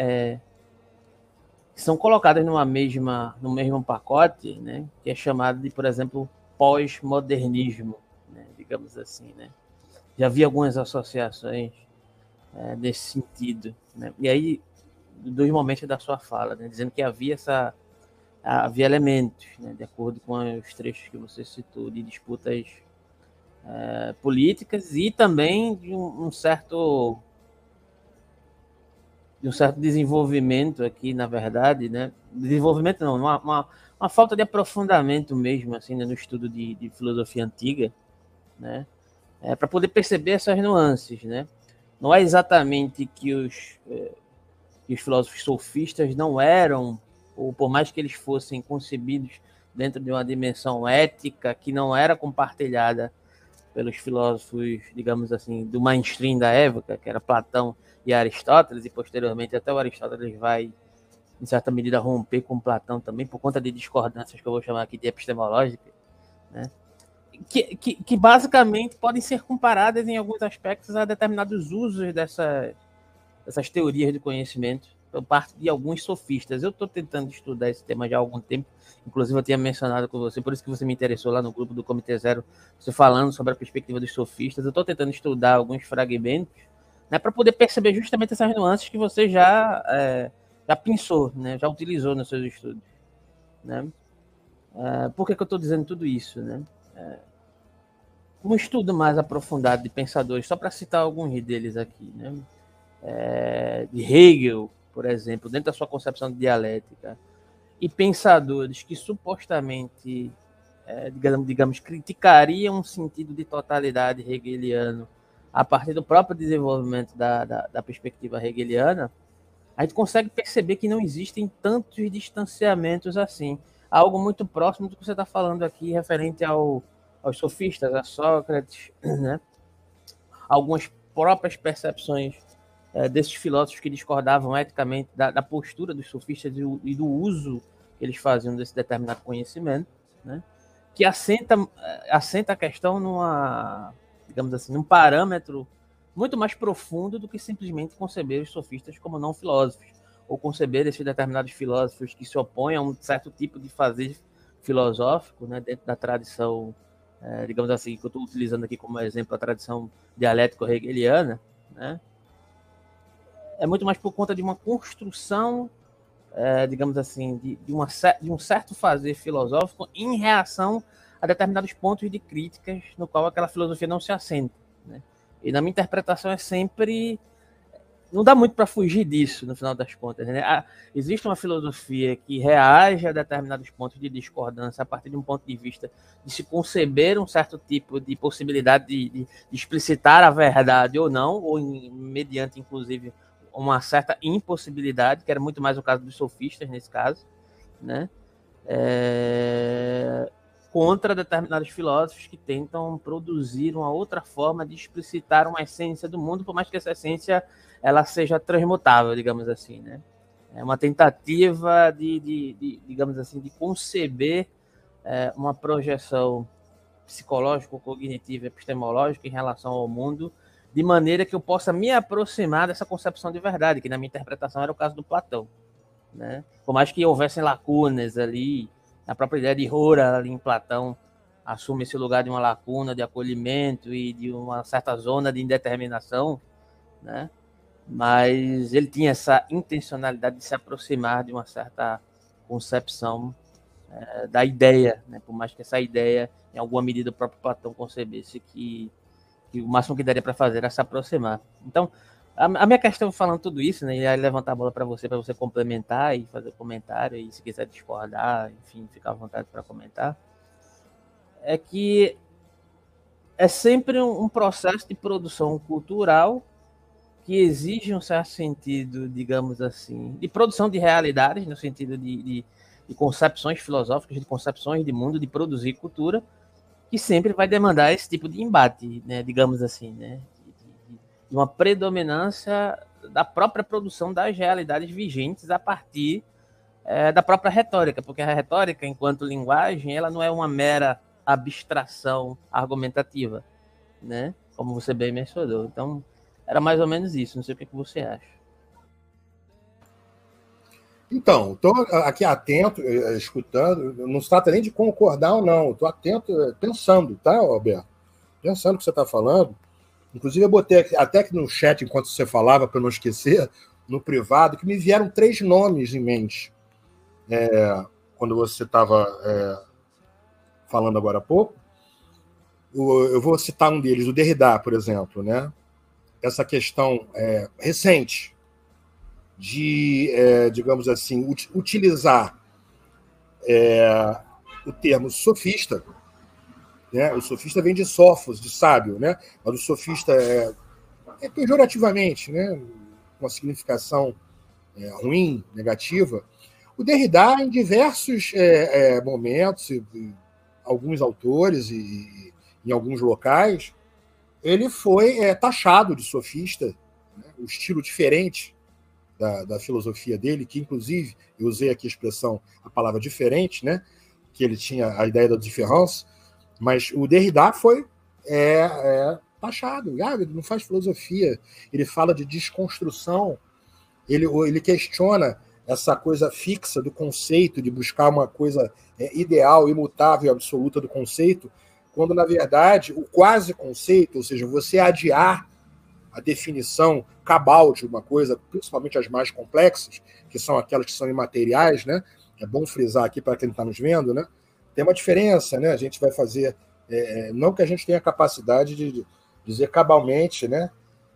que são colocados no mesmo pacote, né, que é chamado de, por exemplo, pós-modernismo, né, digamos assim, né. Já vi algumas associações nesse sentido, né. E aí, dos momentos da sua fala, né, dizendo que havia elementos, né, de acordo com os trechos que você citou, de disputas políticas e também de um certo desenvolvimento aqui, na verdade, né? Desenvolvimento não, uma falta de aprofundamento mesmo, assim, né, no estudo de filosofia antiga, né? Para poder perceber essas nuances, né? Não é exatamente que os filósofos sofistas não eram, ou por mais que eles fossem concebidos dentro de uma dimensão ética que não era compartilhada pelos filósofos, digamos assim, do mainstream da época, que era Platão e Aristóteles, e posteriormente até o Aristóteles vai, em certa medida, romper com Platão também, por conta de discordâncias que eu vou chamar aqui de epistemológicas, né? Que basicamente podem ser comparadas em alguns aspectos a determinados usos dessas teorias do conhecimento por parte de alguns sofistas. Eu estou tentando estudar esse tema já há algum tempo, inclusive eu tinha mencionado com você, por isso que você me interessou lá no grupo do Comitê Zero, você falando sobre a perspectiva dos sofistas. Eu estou tentando estudar alguns fragmentos, né, para poder perceber justamente essas nuances que você já pensou, né, já utilizou nos seus estudos, né? Por que eu estou dizendo tudo isso, né? Um estudo mais aprofundado de pensadores, só para citar alguns deles aqui, né? De Hegel, por exemplo, dentro da sua concepção de dialética, e pensadores que supostamente, digamos, criticariam um sentido de totalidade hegeliano a partir do próprio desenvolvimento da perspectiva hegeliana, a gente consegue perceber que não existem tantos distanciamentos assim. Algo muito próximo do que você está falando aqui, referente aos sofistas, a Sócrates, né? Algumas próprias percepções desses filósofos que discordavam eticamente da postura dos sofistas e do uso que eles faziam desse determinado conhecimento, né? Que assenta a questão digamos assim, num parâmetro muito mais profundo do que simplesmente conceber os sofistas como não filósofos, ou conceber esses determinados filósofos que se opõem a um certo tipo de fazer filosófico, né, dentro da tradição, digamos assim, que eu estou utilizando aqui como exemplo, a tradição dialético-hegeliana, né? É muito mais por conta de uma construção, digamos assim, de um certo fazer filosófico em reação a determinados pontos de críticas no qual aquela filosofia não se assenta, né? E na minha interpretação é sempre não dá muito para fugir disso, no final das contas, né? Existe uma filosofia que reage a determinados pontos de discordância a partir de um ponto de vista de se conceber um certo tipo de possibilidade de explicitar a verdade ou não, ou mediante, inclusive, uma certa impossibilidade, que era muito mais o caso dos sofistas, nesse caso, né? Contra determinados filósofos que tentam produzir uma outra forma de explicitar uma essência do mundo, por mais que essa essência ela seja transmutável, digamos assim, né? É uma tentativa digamos assim, de conceber uma projeção psicológica, cognitiva, epistemológica em relação ao mundo, de maneira que eu possa me aproximar dessa concepção de verdade, que na minha interpretação era o caso do Platão, né? Por mais que houvessem lacunas ali, a própria ideia de Hora ali em Platão assume esse lugar de uma lacuna de acolhimento e de uma certa zona de indeterminação, né? Mas ele tinha essa intencionalidade de se aproximar de uma certa concepção da ideia, né? Por mais que essa ideia, em alguma medida, o próprio Platão concebesse que o máximo que daria para fazer era se aproximar. Então, a minha questão falando tudo isso, né, e aí levantar a bola para você complementar e fazer comentário, e se quiser discordar, enfim, ficar à vontade para comentar, é que é sempre um processo de produção cultural que exige um certo sentido, digamos assim, de produção de realidades, no sentido de concepções filosóficas, de concepções de mundo, de produzir cultura, que sempre vai demandar esse tipo de embate, né, digamos assim, né, de uma predominância da própria produção das realidades vigentes a partir da própria retórica, porque a retórica, enquanto linguagem, ela não é uma mera abstração argumentativa, né, como você bem mencionou. Então, era mais ou menos isso, não sei o que você acha. Então, estou aqui atento, escutando, não se trata nem de concordar ou não, estou atento, pensando, tá, Alberto? Pensando o que você está falando. Inclusive, eu botei até aqui no chat, enquanto você falava, para não esquecer, no privado, que me vieram 3 nomes em mente. Quando você estava falando agora há pouco. Eu vou citar um deles, o Derrida, por exemplo, né? Essa questão recente de, digamos assim, utilizar o termo sofista, né? O sofista vem de sofos, de sábio, né? Mas o sofista é pejorativamente, né? Uma significação ruim, negativa. O Derrida, em diversos momentos, alguns autores e em alguns locais, ele foi taxado de sofista, né? O estilo diferente da filosofia dele, que inclusive, eu usei aqui a palavra diferente, né? Que ele tinha a ideia da différence, mas o Derrida foi taxado. Ele não faz filosofia, ele fala de desconstrução, ele questiona essa coisa fixa do conceito, de buscar uma coisa ideal, imutável, absoluta do conceito, quando, na verdade, o quase conceito, ou seja, você adiar a definição cabal de uma coisa, principalmente as mais complexas, que são aquelas que são imateriais, né? É bom frisar aqui para quem está nos vendo, né? Tem uma diferença, né? A gente vai fazer, não que a gente tenha capacidade de dizer cabalmente, né?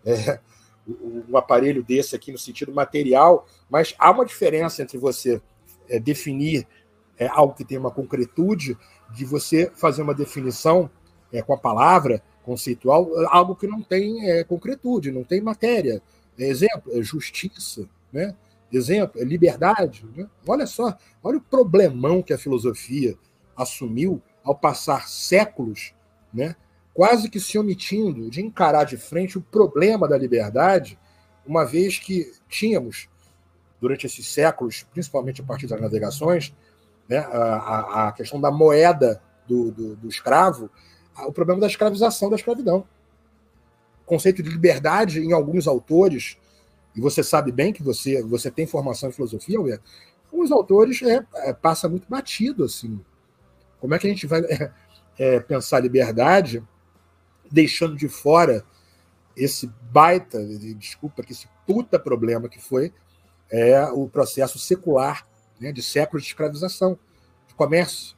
Um aparelho desse aqui no sentido material, mas há uma diferença entre você definir algo que tem uma concretude, de você fazer uma definição com a palavra conceitual, algo que não tem concretude, não tem matéria. Exemplo, justiça, né? Exemplo, liberdade. Né? Olha só, olha o problemão que a filosofia assumiu ao passar séculos, né? Quase que se omitindo de encarar de frente o problema da liberdade, uma vez que tínhamos, durante esses séculos, principalmente a partir das navegações, né, a questão da moeda do escravo, o problema da escravização, da escravidão. O conceito de liberdade, em alguns autores, e você sabe bem que você tem formação em filosofia, Alberto, alguns autores passa muito batido, assim. Como é que a gente vai pensar liberdade deixando de fora esse baita, desculpa, que esse puta problema que foi o processo secular, né, de séculos de escravização, de comércio,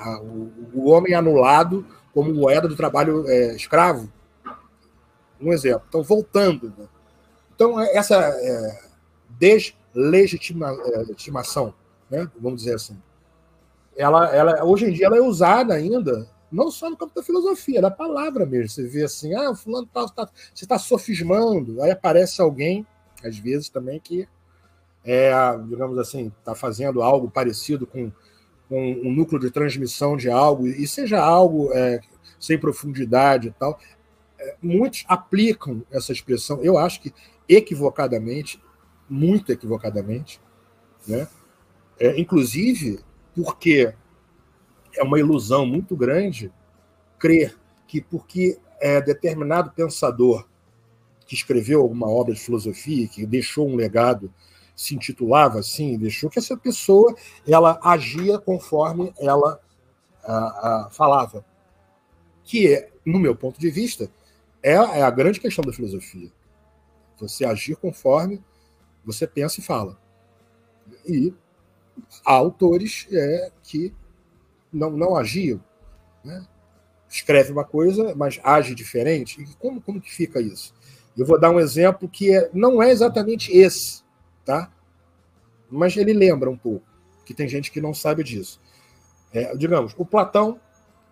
o homem anulado como moeda do trabalho escravo. Um exemplo. Então, voltando, né? Então, essa deslegitimação, né, vamos dizer assim, hoje em dia ela é usada ainda, não só no campo da filosofia, da palavra mesmo. Você vê assim, fulano tal, você está sofismando, aí aparece alguém, às vezes também, que digamos assim, está fazendo algo parecido com um núcleo de transmissão de algo, e seja algo sem profundidade e tal. Muitos aplicam essa expressão, eu acho que equivocadamente, muito equivocadamente, né? Inclusive porque é uma ilusão muito grande crer que porque determinado pensador que escreveu alguma obra de filosofia, que deixou um legado, se intitulava assim, deixou que essa pessoa ela agia conforme ela falava. Que, no meu ponto de vista, é a grande questão da filosofia. Você agir conforme você pensa e fala. E há autores que não agiam, né? Escreve uma coisa, mas age diferente. E como que fica isso? Eu vou dar um exemplo que não é exatamente esse, tá? Mas ele lembra um pouco, que tem gente que não sabe disso. Digamos, o Platão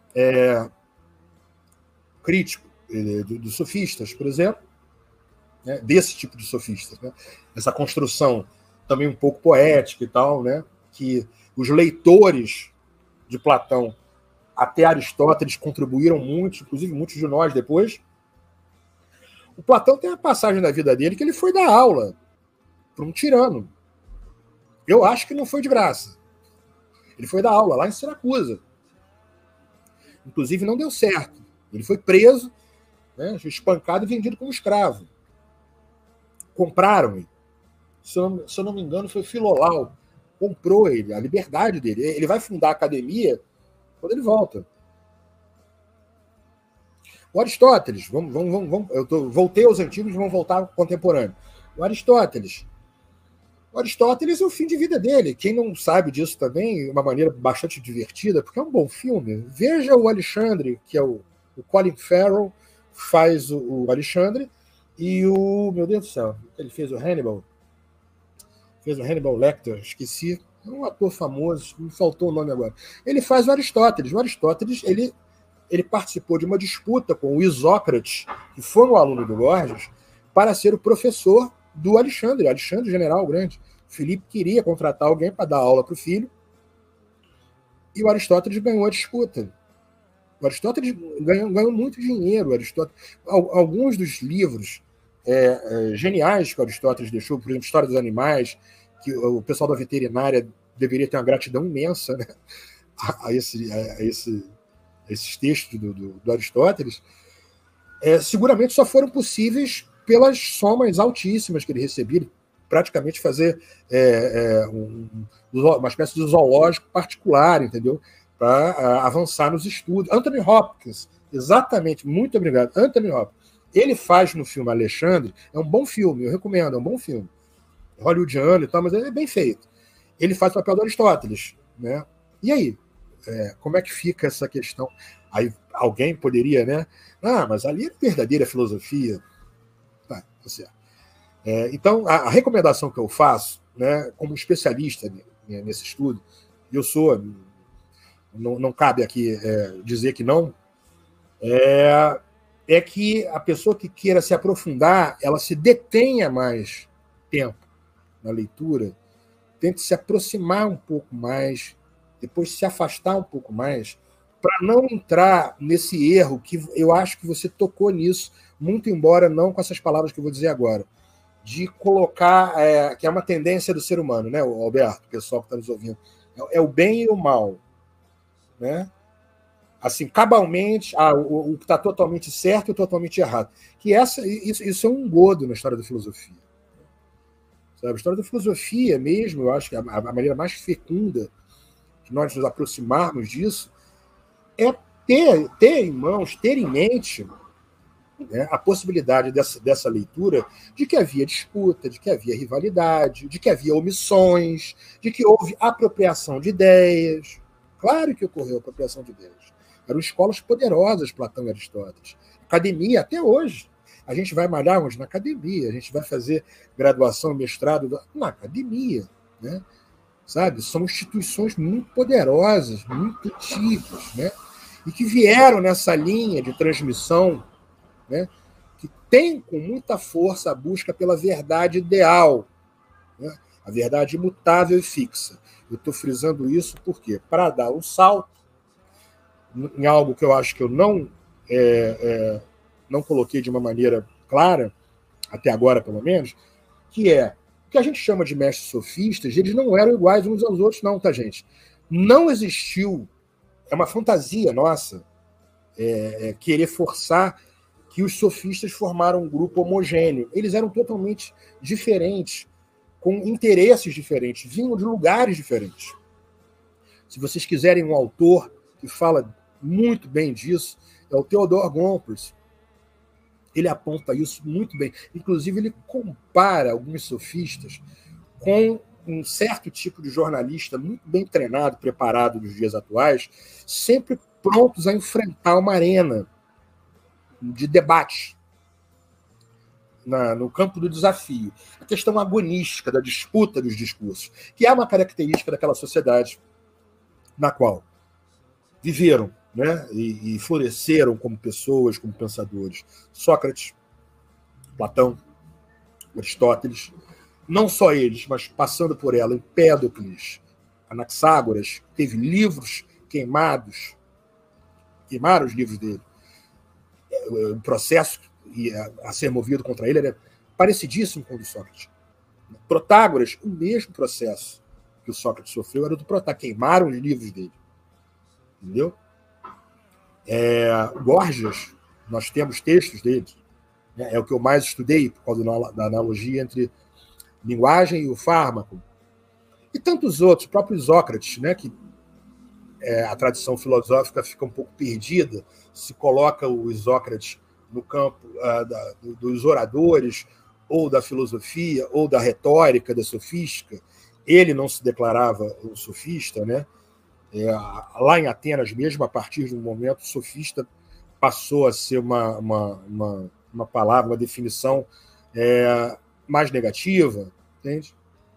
crítico dos sofistas, por exemplo, né? Desse tipo de sofistas, né? Essa construção também um pouco poética e tal, né? Que os leitores de Platão até Aristóteles contribuíram muito, inclusive muitos de nós depois. O Platão tem uma passagem da vida dele que ele foi dar aula para um tirano. Eu acho que não foi de graça. Ele foi dar aula lá em Siracusa. Inclusive não deu certo. Ele foi preso, né, espancado e vendido como escravo. Compraram ele. Se eu não me engano, foi Filolau. Comprou ele, a liberdade dele. Ele vai fundar a academia quando ele volta. O Aristóteles, voltei aos antigos, vamos voltar ao contemporâneo. O Aristóteles, é o fim de vida dele. Quem não sabe disso também, de uma maneira bastante divertida, porque é um bom filme. Veja o Alexandre, que é o Colin Farrell, faz o Alexandre, e meu Deus do céu, ele fez o Hannibal. Fez o Hannibal Lecter, esqueci. É um ator famoso, me faltou o nome agora. Ele faz o Aristóteles. O Aristóteles, ele participou de uma disputa com o Isócrates, que foi um aluno do Gorgias, para ser o professor do Alexandre, General Grande. Filipe queria contratar alguém para dar aula para o filho, e o Aristóteles ganhou a disputa. O Aristóteles ganhou muito dinheiro. Alguns dos livros geniais que o Aristóteles deixou, por exemplo, História dos Animais, que o pessoal da veterinária deveria ter uma gratidão imensa, né, a esses textos do Aristóteles, seguramente só foram possíveis pelas somas altíssimas que ele recebia, praticamente fazer uma espécie de zoológico particular, entendeu? Para avançar nos estudos. Anthony Hopkins, exatamente, muito obrigado. Anthony Hopkins. Ele faz no filme Alexandre, é um bom filme, eu recomendo, é um bom filme. Hollywoodiano e tal, mas é bem feito. Ele faz o papel do Aristóteles, né? E aí? Como é que fica essa questão? Aí alguém poderia, né? Mas ali é verdadeira filosofia. Tá certo. Então, a recomendação que eu faço, né, como especialista nesse estudo, eu sou, não cabe aqui dizer que não, é que a pessoa que queira se aprofundar, ela se detenha mais tempo na leitura, tente se aproximar um pouco mais, depois se afastar um pouco mais, para não entrar nesse erro que eu acho que você tocou nisso, muito embora não com essas palavras que eu vou dizer agora, de colocar, que é uma tendência do ser humano, né, Alberto, o pessoal que está nos ouvindo, é o bem e o mal, né? Assim, cabalmente, o que está totalmente certo e totalmente errado. Que isso é um engodo na história da filosofia. Sabe? A história da filosofia mesmo, eu acho que a maneira mais fecunda de nós nos aproximarmos disso é ter em mãos, ter em mente, né, a possibilidade dessa leitura de que havia disputa, de que havia rivalidade, de que havia omissões, de que houve apropriação de ideias. Claro que ocorreu apropriação de ideias. Eram escolas poderosas, Platão e Aristóteles. Academia, até hoje. A gente vai malhar onde? Na academia. A gente vai fazer graduação, mestrado na academia, né? Sabe? São instituições muito poderosas, muito antigas, né? E que vieram nessa linha de transmissão, né? Que tem com muita força a busca pela verdade ideal, né? A verdade imutável e fixa. Eu estou frisando isso porque, para dar um salto em algo que eu acho que eu não coloquei de uma maneira clara, até agora pelo menos, que é o que a gente chama de mestres sofistas, eles não eram iguais uns aos outros, não, tá, gente? Não existiu, é uma fantasia nossa, querer forçar que os sofistas formaram um grupo homogêneo. Eles eram totalmente diferentes, com interesses diferentes, vinham de lugares diferentes. Se vocês quiserem um autor que fala muito bem disso, é o Theodor Gompers. Ele aponta isso muito bem. Inclusive, ele compara alguns sofistas com um certo tipo de jornalista muito bem treinado, preparado nos dias atuais, sempre prontos a enfrentar uma arena de debate no campo do desafio. A questão agonística da disputa dos discursos, que é uma característica daquela sociedade na qual viveram, né, e floresceram como pessoas, como pensadores. Sócrates, Platão, Aristóteles, não só eles, mas passando por ela, Empédocles, Anaxágoras, teve livros queimados, queimaram os livros dele. O processo a ser movido contra ele era parecidíssimo com o do Sócrates. Protágoras, o mesmo processo que o Sócrates sofreu era do Protágoras, queimaram os livros dele. Entendeu? Gorgias, nós temos textos dele, né? É o que eu mais estudei por causa da analogia entre linguagem e o fármaco. E tantos outros, o próprio Sócrates, né? Que a tradição filosófica fica um pouco perdida, se coloca o Sócrates no campo dos oradores, ou da filosofia, ou da retórica, da sofística. Ele não se declarava um sofista, né? Lá em Atenas mesmo, a partir de um momento, sofista passou a ser uma palavra, uma definição mais negativa, entende?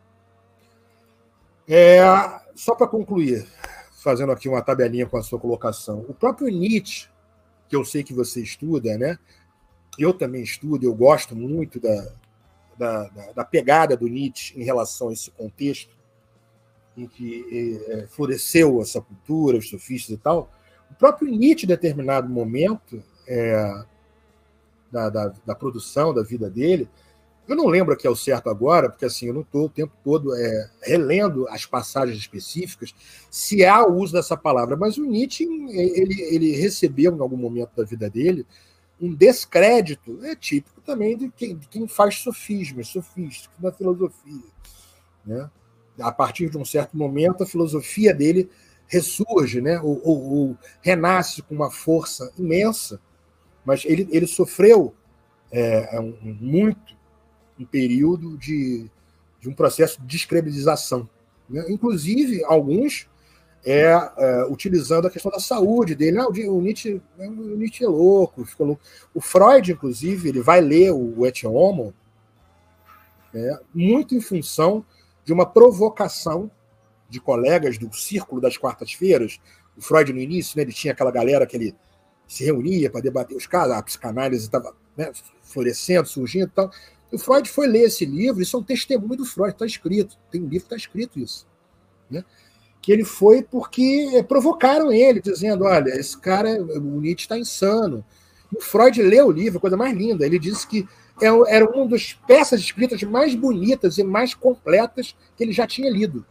Só para concluir, fazendo aqui uma tabelinha com a sua colocação, o próprio Nietzsche, que eu sei que você estuda, né? Eu também estudo, eu gosto muito da pegada do Nietzsche em relação a esse contexto em que floresceu essa cultura, os sofistas e tal. O próprio Nietzsche, em determinado momento da produção da vida dele, eu não lembro aqui ao certo agora, porque assim, eu não estou o tempo todo relendo as passagens específicas, se há o uso dessa palavra, mas o Nietzsche ele recebeu, em algum momento da vida dele, um descrédito típico também de quem faz sofismas, sofísticos na filosofia, né? A partir de um certo momento, a filosofia dele ressurge, né? ou renasce com uma força imensa, mas ele sofreu muito um período de um processo de descredibilização, né? Inclusive, alguns utilizando a questão da saúde dele. O Nietzsche é louco, ficou louco. O Freud, inclusive, ele vai ler o Et Homo muito em função de uma provocação de colegas do Círculo das Quartas-Feiras. O Freud, no início, né, ele tinha aquela galera que ele se reunia para debater os casos, a psicanálise estava, né, florescendo, surgindo e tal. O Freud foi ler esse livro, isso é um testemunho do Freud, está escrito, tem um livro que está escrito isso, né? Que ele foi porque provocaram ele, dizendo, olha, esse cara, o Nietzsche está insano. E o Freud leu o livro, coisa mais linda, ele disse que era uma das peças escritas mais bonitas e mais completas que ele já tinha lido.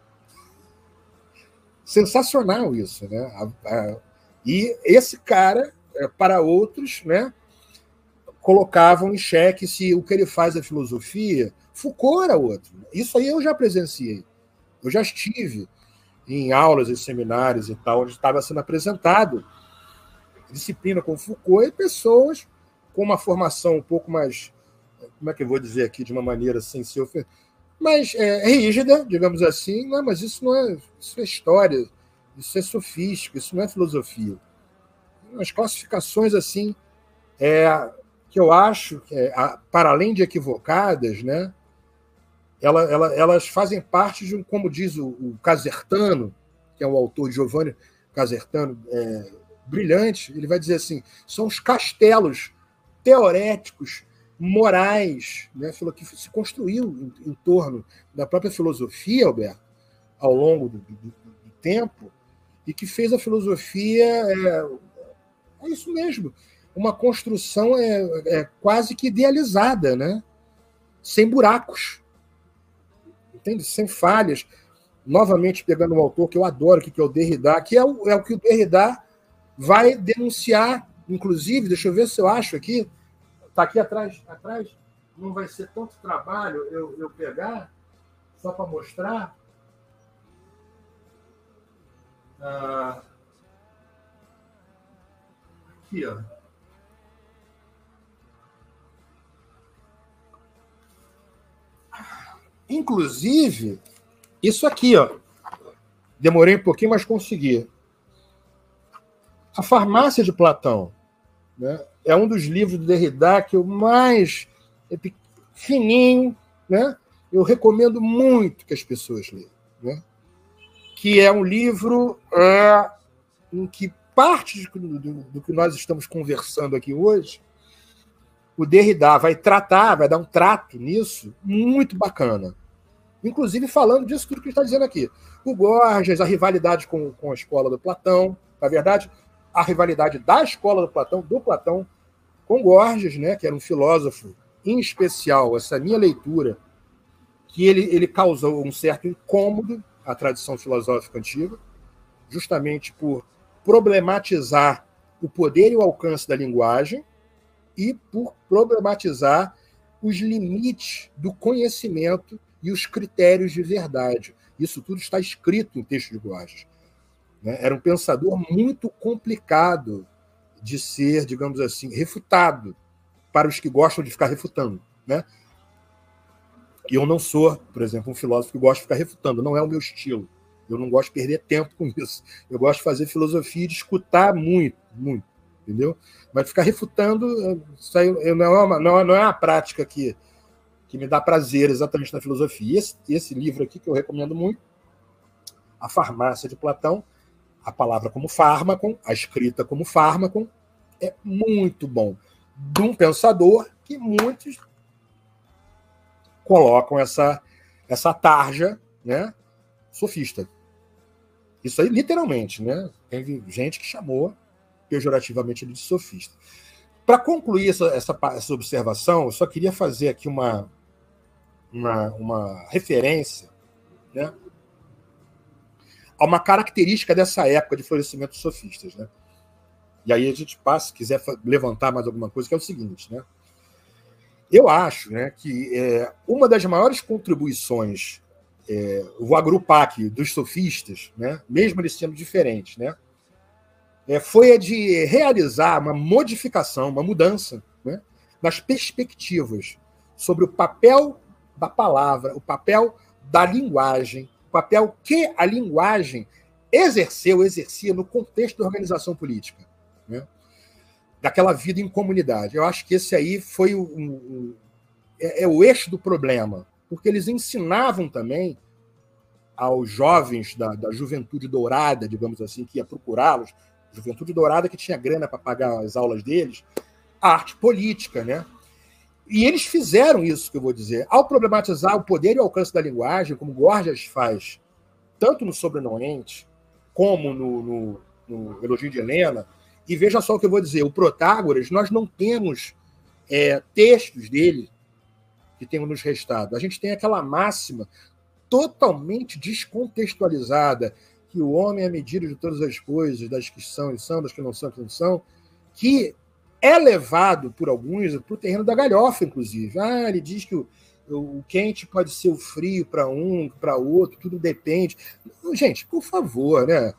Sensacional isso, né? E esse cara, para outros, né, colocavam em xeque se o que ele faz é filosofia. Foucault era outro. Isso aí eu já presenciei. Eu já estive em aulas e seminários e tal, onde estava sendo apresentado disciplina com Foucault e pessoas com uma formação um pouco mais, como é que eu vou dizer aqui de uma maneira sem ser mais rígida, digamos assim. Não, mas isso é história, isso é sofístico, isso não é filosofia. As classificações assim que eu acho, para além de equivocadas, né, elas fazem parte de, como diz o Casertano, que é o autor Giovanni Casertano, brilhante, ele vai dizer assim, são os castelos teoréticos, morais, né, que se construiu em torno da própria filosofia, Alberto, ao longo do tempo, e que fez a filosofia, é isso mesmo, uma construção quase que idealizada, né, sem buracos, entende? Sem falhas. Novamente pegando um autor que eu adoro, que é o Derrida, que é o que o Derrida vai denunciar, inclusive, deixa eu ver se eu acho aqui, está aqui atrás, não vai ser tanto trabalho eu pegar, só para mostrar. Aqui, ó. Inclusive, isso aqui, ó. Demorei um pouquinho, mas consegui. A Farmácia de Platão, né, é um dos livros do Derrida que eu mais fininho, né? Eu recomendo muito que as pessoas leiam, né? Que é um livro em que parte do que nós estamos conversando aqui hoje, o Derrida vai dar um trato nisso muito bacana. Inclusive falando disso tudo que a gente está dizendo aqui. O Gorgias, a rivalidade com a escola do Platão, na verdade, a rivalidade da escola do Platão com Gorgias, né, que era um filósofo, em especial, essa minha leitura, que ele causou um certo incômodo à tradição filosófica antiga, justamente por problematizar o poder e o alcance da linguagem e por problematizar os limites do conhecimento e os critérios de verdade. Isso tudo está escrito em texto de Gorgias. Era um pensador muito complicado de ser, digamos assim, refutado para os que gostam de ficar refutando, né? E eu não sou, por exemplo, um filósofo que gosta de ficar refutando, não é o meu estilo. Eu não gosto de perder tempo com isso. Eu gosto de fazer filosofia e de escutar muito, entendeu? Mas ficar refutando, isso aí não é uma prática que me dá prazer exatamente na filosofia. Esse livro aqui, que eu recomendo muito, A Farmácia de Platão, a palavra como fármaco, a escrita como fármaco, é muito bom. De um pensador que muitos colocam essa tarja, né, sofista. Isso aí, literalmente, né? Tem gente que chamou pejorativamente ele de sofista. Para concluir essa observação, eu só queria fazer aqui uma referência, né, a uma característica dessa época de florescimento dos sofistas, né? E aí a gente passa, se quiser levantar mais alguma coisa, que é o seguinte, né? Eu acho, né, que uma das maiores contribuições, vou agrupar aqui, dos sofistas, né, mesmo eles sendo diferentes, né, foi a de realizar uma modificação, uma mudança, né, nas perspectivas sobre o papel da palavra, o papel da linguagem, o papel que a linguagem exercia no contexto da organização política, né, daquela vida em comunidade. Eu acho que esse aí foi o eixo do problema, porque eles ensinavam também aos jovens da juventude dourada, digamos assim, que ia procurá-los, juventude dourada que tinha grana para pagar as aulas deles, a arte política, né? E eles fizeram isso, que eu vou dizer, ao problematizar o poder e o alcance da linguagem, como Gorgias faz, tanto no Sobrenoente, como no Elogio de Helena. E veja só o que eu vou dizer, o Protágoras, nós não temos textos dele que tenham nos restado. A gente tem aquela máxima totalmente descontextualizada, que o homem é a medida de todas as coisas, das que são e são, das que não são, que é levado por alguns para o terreno da galhofa, inclusive. Ele diz que o quente pode ser o frio para um, para outro, tudo depende. Gente, por favor, né?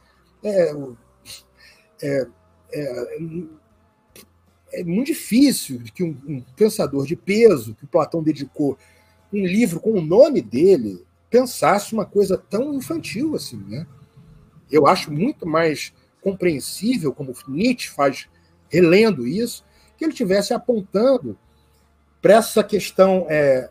É muito difícil que um pensador de peso, que o Platão dedicou um livro com o nome dele, pensasse uma coisa tão infantil assim, né? Eu acho muito mais compreensível, como Nietzsche faz relendo isso, que ele estivesse apontando para essa questão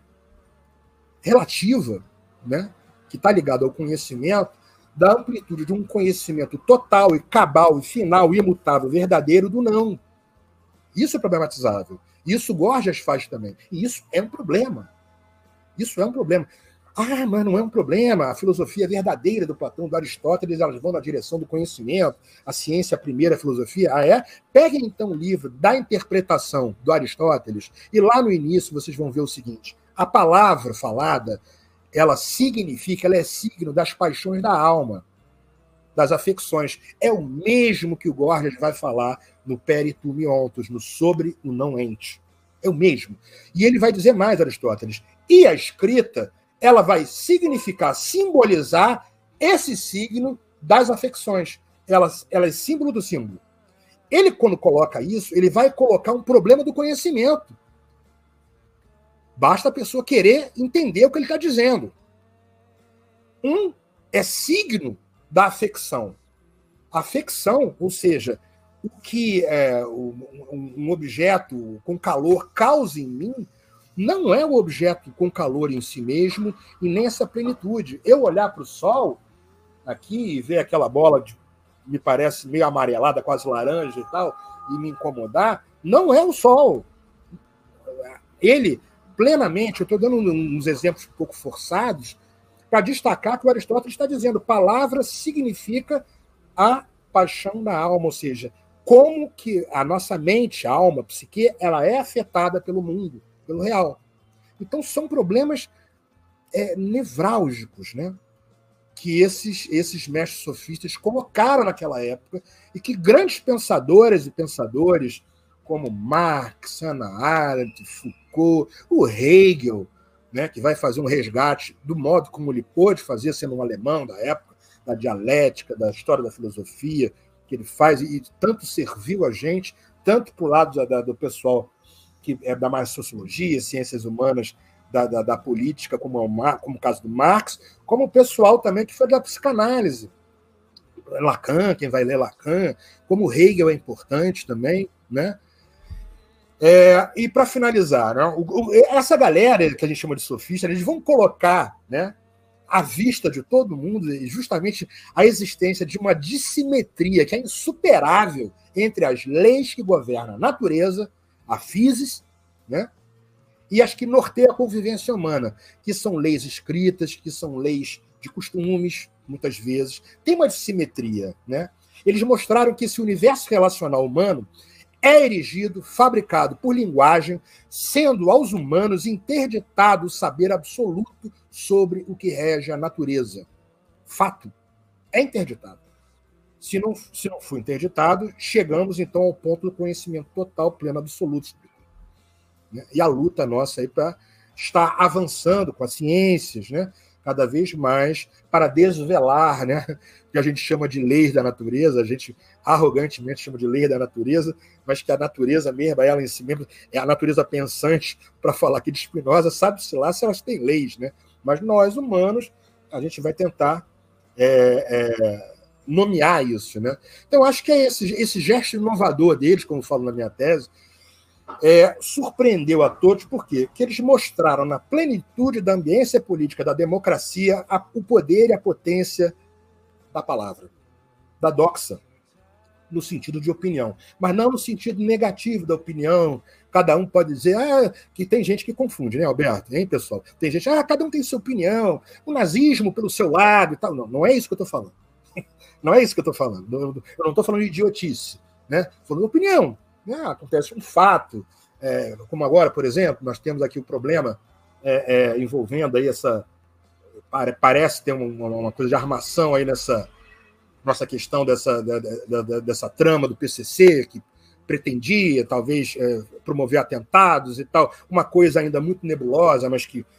relativa, né, que está ligada ao conhecimento, da amplitude de um conhecimento total e cabal e final, imutável, verdadeiro do não. Isso é problematizável. Isso Gorgias faz também. E isso é um problema. Isso é um problema. Ah, mas não é um problema. A filosofia verdadeira do Platão, do Aristóteles, elas vão na direção do conhecimento. A ciência, a primeira filosofia. Ah, é? Peguem, então, o livro da interpretação do Aristóteles e lá no início vocês vão ver o seguinte. A palavra falada, ela significa, ela é signo das paixões da alma, das afecções. É o mesmo que o Gorgias vai falar no Peritum Ontos, no Sobre o Não Ente. É o mesmo. E ele vai dizer mais, Aristóteles. E a escrita, ela vai significar, simbolizar esse signo das afecções. Ela é símbolo do símbolo. Ele, quando coloca isso, ele vai colocar um problema do conhecimento. Basta a pessoa querer entender o que ele está dizendo. Um é signo da afecção. Afecção, ou seja, o que um objeto com calor causa em mim, não é o objeto com calor em si mesmo e nem essa plenitude. Eu olhar para o sol aqui e ver aquela bola, me parece meio amarelada, quase laranja e tal, e me incomodar, não é o sol. Ele, plenamente, eu estou dando uns exemplos um pouco forçados, para destacar que o Aristóteles está dizendo palavra significa a paixão da alma, ou seja, como que a nossa mente, a alma, a psique, ela é afetada pelo mundo, pelo real. Então são problemas nevrálgicos, né? Que esses mestres sofistas colocaram naquela época e que grandes pensadoras e pensadores como Marx, Hannah Arendt, Foucault, o Hegel, né, que vai fazer um resgate do modo como ele pôde fazer, sendo um alemão da época, da dialética, da história da filosofia, que ele faz, e tanto serviu a gente, tanto para o lado do pessoal que é da mais sociologia, ciências humanas, da política, como o caso do Marx, como o pessoal também que foi da psicanálise. Lacan, quem vai ler Lacan, como Hegel é importante também, né? E para finalizar, né, essa galera que a gente chama de sofista, eles vão colocar, né, à vista de todo mundo justamente a existência de uma dissimetria que é insuperável entre as leis que governam a natureza, a physis, né, e as que norteiam a convivência humana, que são leis escritas, que são leis de costumes, muitas vezes. Tem uma dissimetria, né? Eles mostraram que esse universo relacional humano é erigido, fabricado por linguagem, sendo aos humanos interditado o saber absoluto sobre o que rege a natureza. Fato. É interditado. Se não for interditado, chegamos, então, ao ponto do conhecimento total, pleno, absoluto. E a luta nossa aí para estar avançando com as ciências, né? Cada vez mais para desvelar, né, o que a gente chama de leis da natureza, a gente arrogantemente chama de leis da natureza, mas que a natureza mesmo, ela em si mesmo, é a natureza pensante, para falar aqui de Spinoza, sabe-se lá se elas têm leis, né? Mas nós, humanos, a gente vai tentar nomear isso, né? Então, acho que é esse gesto inovador deles, como eu falo na minha tese, surpreendeu a todos, por quê? Porque eles mostraram na plenitude da ambiência política, da democracia, o poder e a potência da palavra, da doxa, no sentido de opinião, mas não no sentido negativo da opinião. Cada um pode dizer que tem gente que confunde, né, Alberto? Hein, pessoal? Tem gente, cada um tem sua opinião, o nazismo pelo seu lado e tal. Não, não é isso que eu estou falando. Não é isso que eu estou falando. Eu não estou falando de idiotice, né? Estou falando de opinião. Acontece um fato, como agora, por exemplo, nós temos aqui o problema envolvendo aí parece ter uma coisa de armação aí nessa nossa questão dessa trama do PCC, que pretendia, talvez, promover atentados e tal, uma coisa ainda muito nebulosa, mas que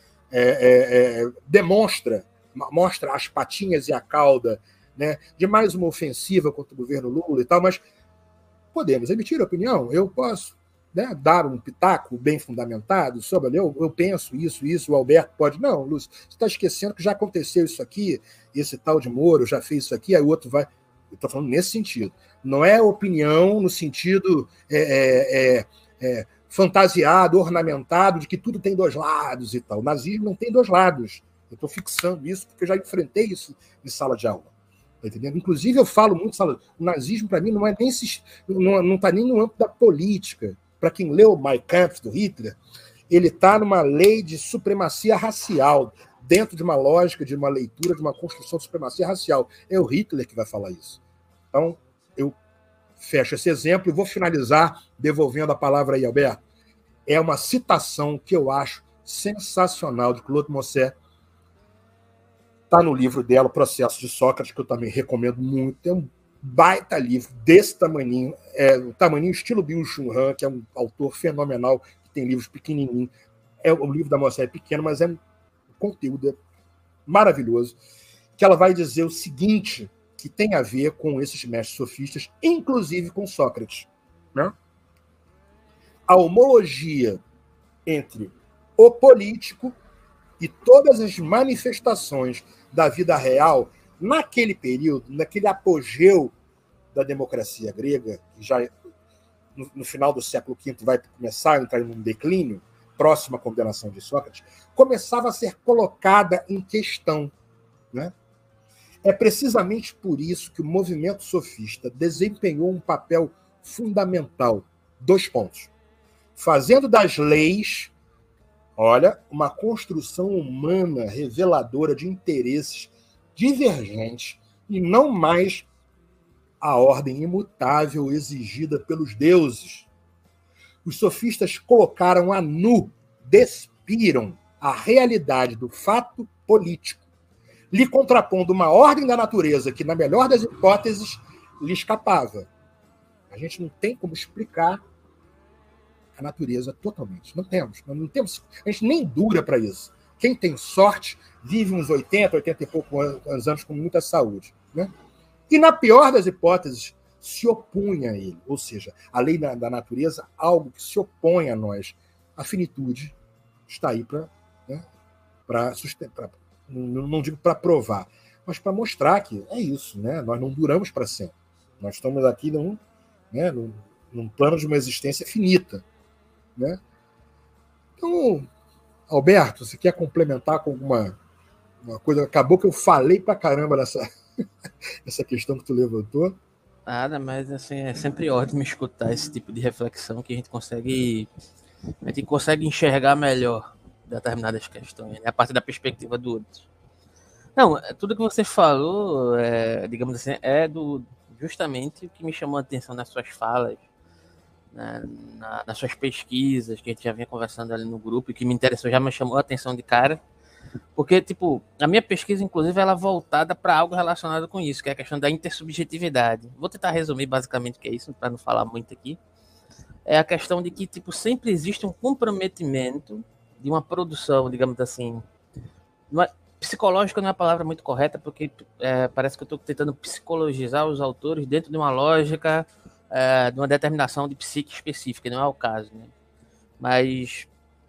mostra as patinhas e a cauda, né, de mais uma ofensiva contra o governo Lula e tal, mas podemos emitir opinião, eu posso, né, dar um pitaco bem fundamentado sobre, eu penso isso, o Alberto pode. Não, Lúcio, você está esquecendo que já aconteceu isso aqui, esse tal de Moro já fez isso aqui, aí o outro vai... Eu estou falando nesse sentido. Não é opinião no sentido fantasiado, ornamentado, de que tudo tem dois lados e tal. O nazismo não tem dois lados. Eu estou fixando isso porque eu já enfrentei isso em sala de aula. Tá entendendo? Inclusive, eu falo muito, o nazismo, para mim, não está nem no âmbito da política. Para quem leu Mein Kampf, do Hitler, ele está numa lei de supremacia racial, dentro de uma lógica, de uma leitura, de uma construção de supremacia racial. É o Hitler que vai falar isso. Então, eu fecho esse exemplo e vou finalizar devolvendo a palavra aí, Alberto. É uma citação que eu acho sensacional de Claude Monet. Está no livro dela, O Processo de Sócrates, que eu também recomendo muito. É um baita livro desse tamaninho, o tamaninho estilo Byung-Chul Han, que é um autor fenomenal, que tem livros pequenininhos. O livro da moça é pequeno, mas o conteúdo é maravilhoso. Que ela vai dizer o seguinte, que tem a ver com esses mestres sofistas, inclusive com Sócrates. Né? A homologia entre o político e todas as manifestações da vida real, naquele período, naquele apogeu da democracia grega, que já no final do século V vai começar a entrar em um declínio, próximo à condenação de Sócrates, começava a ser colocada em questão. Né? É precisamente por isso que o movimento sofista desempenhou um papel fundamental. 2 pontos. Fazendo das leis, uma construção humana reveladora de interesses divergentes e não mais a ordem imutável exigida pelos deuses. Os sofistas colocaram a nu, despiram a realidade do fato político, lhe contrapondo uma ordem da natureza que, na melhor das hipóteses, lhe escapava. A gente não tem como explicar a natureza totalmente. Não temos. A gente nem dura para isso. Quem tem sorte vive uns 80 e poucos anos com muita saúde. Né? E, na pior das hipóteses, se opõe a ele. Ou seja, a lei da natureza, algo que se opõe a nós. A finitude está aí para sustentar. Não digo para provar, mas para mostrar que é isso. Né? Nós não duramos para sempre. Nós estamos aqui num plano de uma existência finita. Né? Então, Alberto, você quer complementar com alguma coisa? Acabou que eu falei pra caramba essa questão que tu levantou. Nada, mas assim, é sempre ótimo escutar esse tipo de reflexão que a gente consegue enxergar melhor determinadas questões, né? A partir da perspectiva do outro. Não, tudo que você falou, digamos assim, justamente o que me chamou a atenção nas suas falas, né, nas suas pesquisas, que a gente já vinha conversando ali no grupo, e que me interessou, já me chamou a atenção de cara, porque, tipo, a minha pesquisa, inclusive, ela é voltada para algo relacionado com isso, que é a questão da intersubjetividade. Vou tentar resumir basicamente o que é isso, para não falar muito aqui. É a questão de que, tipo, sempre existe um comprometimento de uma produção, digamos assim, psicológica não é a palavra muito correta, porque parece que eu estou tentando psicologizar os autores dentro de uma lógica de uma determinação de psique específica, não é o caso, né? Mas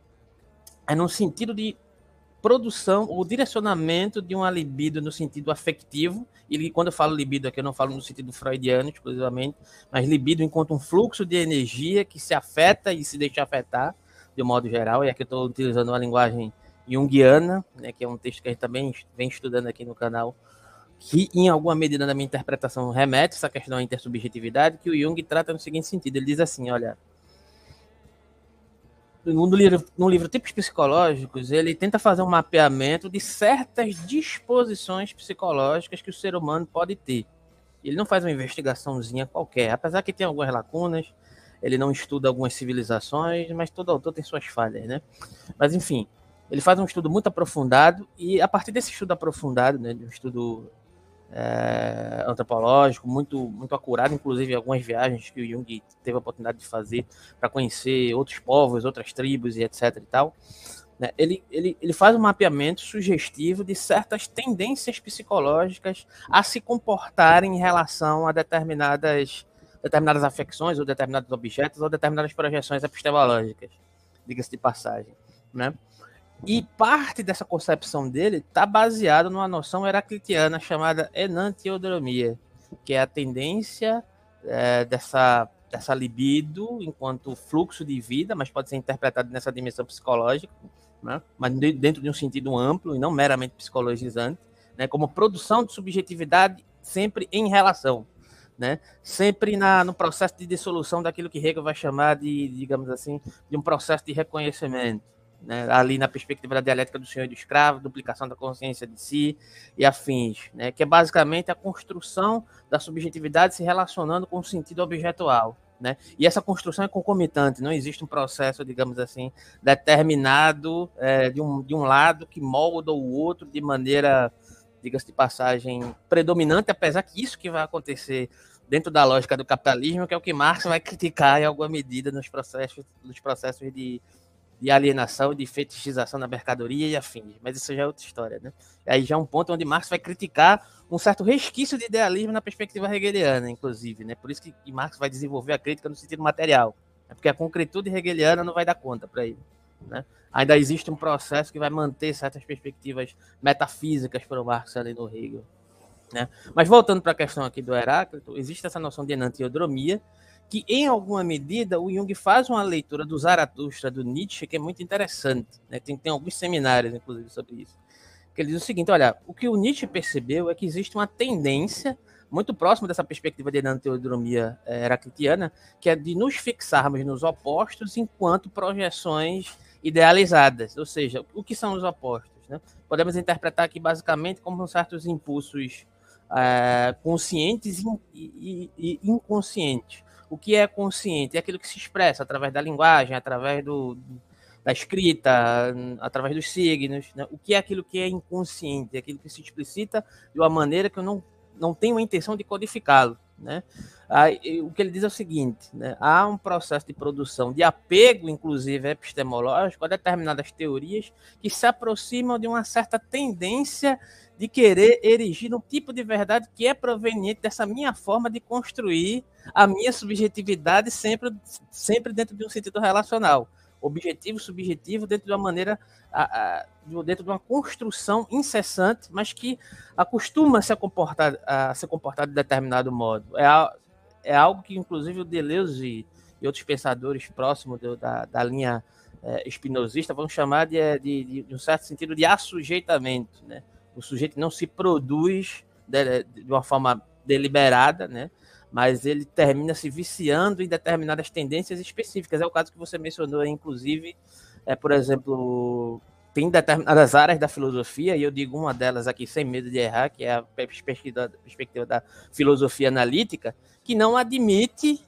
é no sentido de produção ou direcionamento de uma libido no sentido afetivo, e quando eu falo libido aqui eu não falo no sentido freudiano exclusivamente, mas libido enquanto um fluxo de energia que se afeta e se deixa afetar de um modo geral, e aqui eu estou utilizando uma linguagem junguiana, né, que é um texto que a gente também vem estudando aqui no canal, que, em alguma medida, na minha interpretação, remete essa questão da intersubjetividade, que o Jung trata no seguinte sentido. Ele diz assim, olha, no livro Tipos Psicológicos, ele tenta fazer um mapeamento de certas disposições psicológicas que o ser humano pode ter. Ele não faz uma investigaçãozinha qualquer, apesar que tem algumas lacunas, ele não estuda algumas civilizações, mas todo autor tem suas falhas, né? Mas, enfim, ele faz um estudo muito aprofundado, e a partir desse estudo aprofundado, né, de um estudo antropológico, muito, muito acurado, inclusive algumas viagens que o Jung teve a oportunidade de fazer para conhecer outros povos, outras tribos e etc e tal, né? Ele faz um mapeamento sugestivo de certas tendências psicológicas a se comportarem em relação a determinadas afecções ou determinados objetos ou determinadas projeções epistemológicas, diga-se de passagem, né? E parte dessa concepção dele está baseada numa noção heraclitiana chamada enantiodromia, que é a tendência dessa dessa libido enquanto fluxo de vida, mas pode ser interpretado nessa dimensão psicológica, né? Mas dentro de um sentido amplo e não meramente psicologizante, né? Como produção de subjetividade sempre em relação, né? Sempre no processo de dissolução daquilo que Hegel vai chamar de, digamos assim, de um processo de reconhecimento, né? Ali na perspectiva da dialética do senhor e do escravo, duplicação da consciência de si e afins, né? Que é basicamente a construção da subjetividade se relacionando com o sentido objetual, né? E essa construção é concomitante, não existe um processo, digamos assim, determinado de um lado que molda o outro de maneira, diga-se de passagem, predominante, apesar que isso que vai acontecer dentro da lógica do capitalismo, que é o que Marx vai criticar em alguma medida nos processos de alienação, de fetichização da mercadoria e afins. Mas isso já é outra história, né? Aí já é um ponto onde Marx vai criticar um certo resquício de idealismo na perspectiva hegeliana, inclusive, né? Por isso que Marx vai desenvolver a crítica no sentido material, né? Porque a concretude hegeliana não vai dar conta para ele, né? Ainda existe um processo que vai manter certas perspectivas metafísicas para o Marx ali no Hegel, né? Mas voltando para a questão aqui do Heráclito, existe essa noção de enantiodromia, que em alguma medida o Jung faz uma leitura do Zaratustra, do Nietzsche, que é muito interessante, né? Tem alguns seminários, inclusive, sobre isso. Que ele diz o seguinte: olha, o que o Nietzsche percebeu é que existe uma tendência muito próxima dessa perspectiva de enantiodromia heraclitiana, que é de nos fixarmos nos opostos enquanto projeções idealizadas. Ou seja, o que são os opostos, né? Podemos interpretar aqui basicamente como certos impulsos conscientes e inconscientes. O que é consciente? É aquilo que se expressa através da linguagem, através da escrita, através dos signos, né? O que é aquilo que é inconsciente? É aquilo que se explicita de uma maneira que eu não tenho a intenção de codificá-lo, né? Aí, o que ele diz é o seguinte, né? Há um processo de produção, de apego, inclusive epistemológico, a determinadas teorias que se aproximam de uma certa tendência de querer erigir um tipo de verdade que é proveniente dessa minha forma de construir a minha subjetividade sempre dentro de um sentido relacional. Objetivo, subjetivo, dentro de uma maneira, dentro de uma construção incessante, mas que acostuma a se comportar de determinado modo. É algo que, inclusive, o Deleuze e outros pensadores próximos da linha espinosista vão chamar de um certo sentido de assujeitamento, né? O sujeito não se produz de uma forma deliberada, né? Mas ele termina se viciando em determinadas tendências específicas. É o caso que você mencionou, inclusive, por exemplo, tem determinadas áreas da filosofia, e eu digo uma delas aqui sem medo de errar, que é a perspectiva da filosofia analítica, que não admite,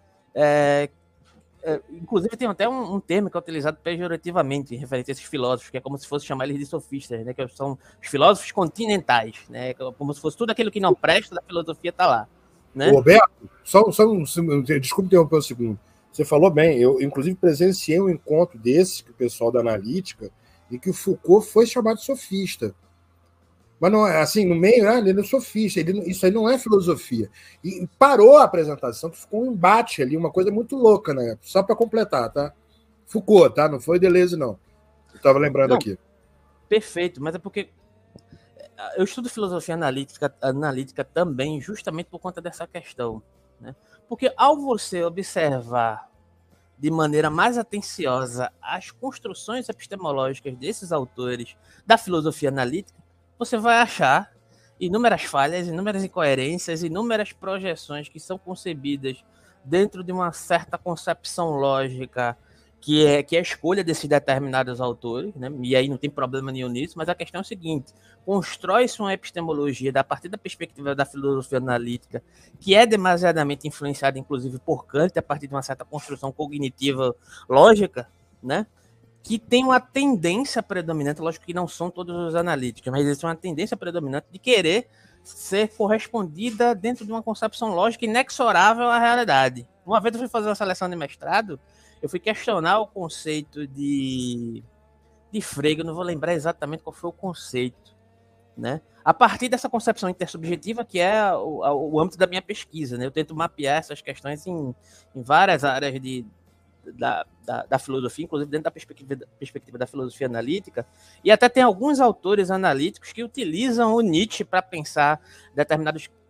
inclusive tem até um termo que é utilizado pejorativamente em referente a esses filósofos, que é como se fosse chamar eles de sofistas, né? Que são os filósofos continentais, né? Como se fosse tudo aquilo que não presta da filosofia está lá, né? Roberto, desculpe interromper um segundo. Você falou bem, eu inclusive presenciei um encontro desse com o pessoal da analítica, em que o Foucault foi chamado de sofista. Mas não, assim, no meio, ele é sofista, isso aí não é filosofia. E parou a apresentação, ficou um embate ali, uma coisa muito louca, né? Só para completar, tá? Foucault, tá? Não foi Deleuze, não. Eu estava lembrando aqui. Perfeito, mas é porque eu estudo filosofia analítica também, justamente por conta dessa questão, né? Porque ao você observar de maneira mais atenciosa as construções epistemológicas desses autores da filosofia analítica, você vai achar inúmeras falhas, inúmeras incoerências, inúmeras projeções que são concebidas dentro de uma certa concepção lógica que é a escolha desses determinados autores, né? E aí não tem problema nenhum nisso, mas a questão é o seguinte: constrói-se uma epistemologia a partir da perspectiva da filosofia analítica, que é demasiadamente influenciada, inclusive, por Kant, a partir de uma certa construção cognitiva lógica, né? Que tem uma tendência predominante, lógico que não são todos os analíticos, mas existe uma tendência predominante de querer ser correspondida dentro de uma concepção lógica inexorável à realidade. Uma vez eu fui fazer uma seleção de mestrado, eu fui questionar o conceito de Frege, eu não vou lembrar exatamente qual foi o conceito, né? A partir dessa concepção intersubjetiva, que é o âmbito da minha pesquisa, né? Eu tento mapear essas questões em várias áreas da filosofia, inclusive dentro da perspectiva da filosofia analítica, e até tem alguns autores analíticos que utilizam o Nietzsche para pensar determinados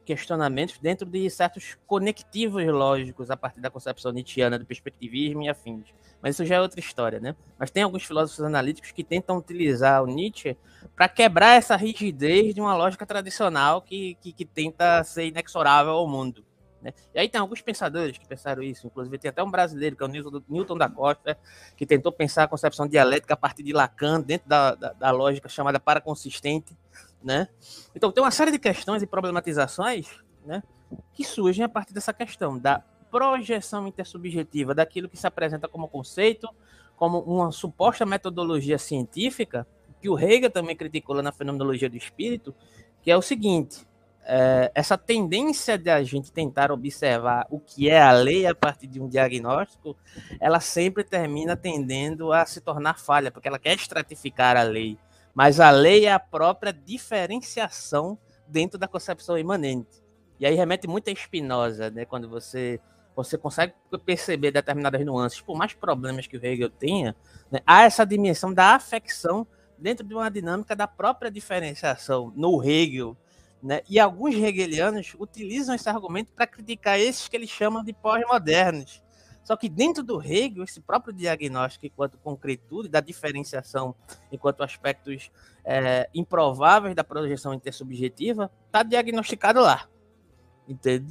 questionamentos dentro de certos conectivos lógicos a partir da concepção nietzschiana do perspectivismo e afins. Mas isso já é outra história, né? Mas tem alguns filósofos analíticos que tentam utilizar o Nietzsche para quebrar essa rigidez de uma lógica tradicional que tenta ser inexorável ao mundo. Né? E aí tem alguns pensadores que pensaram isso, inclusive tem até um brasileiro, que é o Newton da Costa, que tentou pensar a concepção dialética a partir de Lacan, dentro da lógica chamada paraconsistente, né? Então tem uma série de questões e problematizações, né, que surgem a partir dessa questão da projeção intersubjetiva daquilo que se apresenta como conceito, como uma suposta metodologia científica, que o Hegel também criticou lá na Fenomenologia do Espírito, que é o seguinte: essa tendência de a gente tentar observar o que é a lei a partir de um diagnóstico, ela sempre termina tendendo a se tornar falha, porque ela quer estratificar a lei. Mas a lei é a própria diferenciação dentro da concepção imanente. E aí remete muito a Spinoza, né? Quando você consegue perceber determinadas nuances, por mais problemas que o Hegel tenha, né, há essa dimensão da afecção dentro de uma dinâmica da própria diferenciação no Hegel, né? E alguns hegelianos utilizam esse argumento para criticar esses que eles chamam de pós-modernos. Só que dentro do Hegel, esse próprio diagnóstico enquanto concretude, da diferenciação enquanto aspectos improváveis da projeção intersubjetiva, está diagnosticado lá. Entende?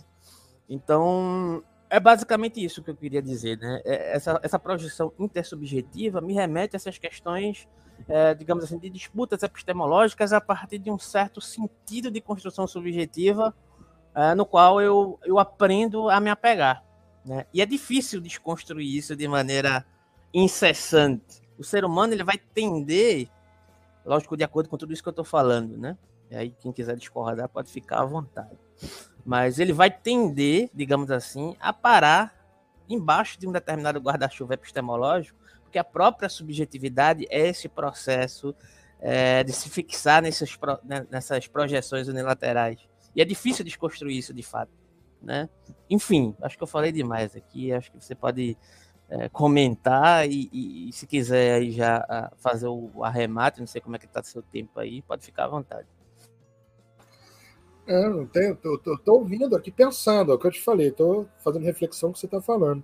Então, é basicamente isso que eu queria dizer, né? Essa projeção intersubjetiva me remete a essas questões, digamos assim, de disputas epistemológicas a partir de um certo sentido de construção subjetiva, no qual eu aprendo a me apegar. Né? E é difícil desconstruir isso de maneira incessante. O ser humano ele vai tender, lógico, de acordo com tudo isso que eu estou falando, né? E aí quem quiser discordar pode ficar à vontade. Mas ele vai tender, digamos assim, a parar embaixo de um determinado guarda-chuva epistemológico, porque a própria subjetividade é esse processo de se fixar nessas projeções unilaterais. E é difícil desconstruir isso de fato. Né? Enfim, acho que eu falei demais aqui, acho que você pode comentar e se quiser aí já fazer o arremate, não sei como é que está o seu tempo aí, pode ficar à vontade. Não tenho, tô ouvindo aqui, pensando, é o que eu te falei, tô fazendo reflexão que você está falando.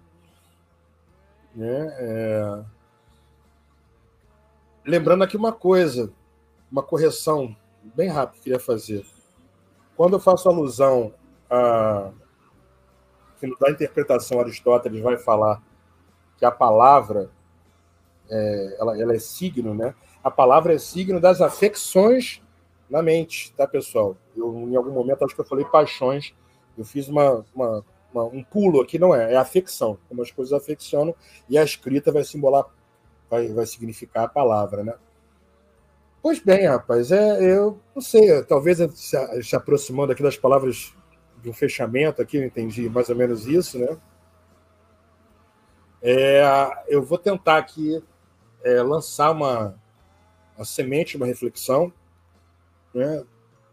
Lembrando aqui uma coisa, uma correção bem rápida que eu queria fazer. Quando eu faço alusão a que da interpretação Aristóteles vai falar que a palavra ela é signo, né? A palavra é signo das afecções na mente, tá, pessoal? Eu, em algum momento, acho que eu falei paixões, eu fiz um pulo aqui, não é afecção, como as coisas afeccionam, e a escrita vai vai significar a palavra, né? Pois bem, rapaz, eu não sei, talvez se aproximando aqui das palavras de um fechamento aqui, eu entendi mais ou menos isso, né? Eu vou tentar aqui lançar uma semente, uma reflexão, né?